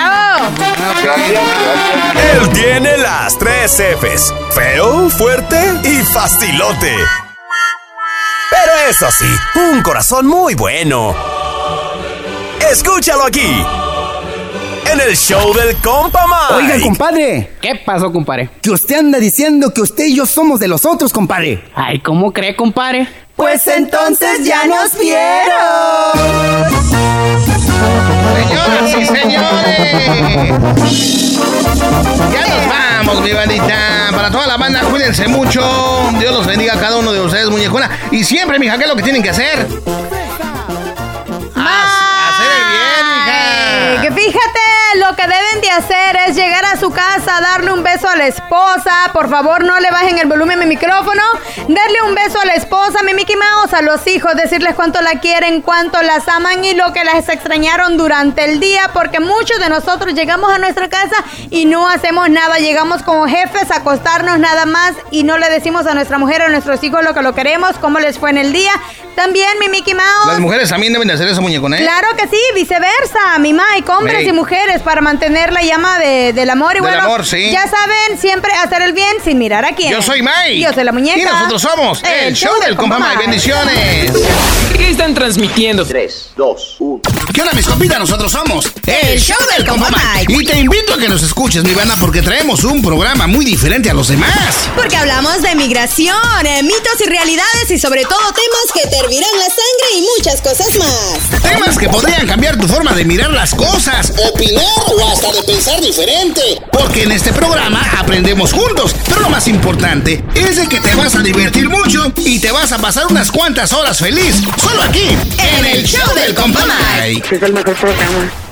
Él tiene las tres Fs: feo, fuerte y facilote. Pero eso sí, un corazón muy bueno. Escúchalo aquí, en el show del compa Mike. Oigan, compadre. ¿Qué pasó, compadre? Que usted anda diciendo que usted y yo somos de los otros, compadre. Ay, ¿cómo cree, compadre? Pues entonces ya nos vieron. Señoras y señores, ya nos vamos, mi bandita. Para toda la banda, cuídense mucho. Dios los bendiga a cada uno de ustedes, muñecona. Y siempre, mija, ¿qué es lo que tienen que hacer? Hacer el bien, mija. Que fíjate, lo que deben de hacer es llegar a su casa, darle un beso a la esposa. Por favor, no le bajen el volumen a mi micrófono. Darle un beso a la esposa, a mi Mickey Mouse, a los hijos, decirles cuánto la quieren, cuánto las aman y lo que las extrañaron durante el día, porque muchos de nosotros llegamos a nuestra casa y no hacemos nada. Llegamos como jefes a acostarnos nada más y no le decimos a nuestra mujer o a nuestros hijos lo que lo queremos, cómo les fue en el día. También, mi Mickey Mouse. Las mujeres también deben de hacer eso, muñecona, ¿eh? Claro que sí, viceversa, mi Mike, hombres Hey. y mujeres, para mantener la la llama de, del amor. Y Del bueno, amor, sí. ya saben, siempre hacer el bien sin mirar a quién. Yo soy Mike. Yo soy la muñeca. Y nosotros somos el, el show del compa Mike. Bendiciones. ¿Qué están transmitiendo? tres, dos, uno. ¿Qué onda, mis compitas? Nosotros somos el show del compa Mike. Y te invito a que nos escuches, mi banda, porque traemos un programa muy diferente a los demás. Porque hablamos de migración, eh, mitos y realidades y sobre todo temas que te hervirán la sangre y muchas cosas más. Temas que podrían cambiar tu forma de mirar las cosas, opinar o hasta de pensar diferente. Porque en este programa aprendemos juntos, pero lo más importante es de que te vas a divertir mucho y te vas a pasar unas cuantas horas feliz, solo aquí, en el show del compa Mike. Es el mejor programa.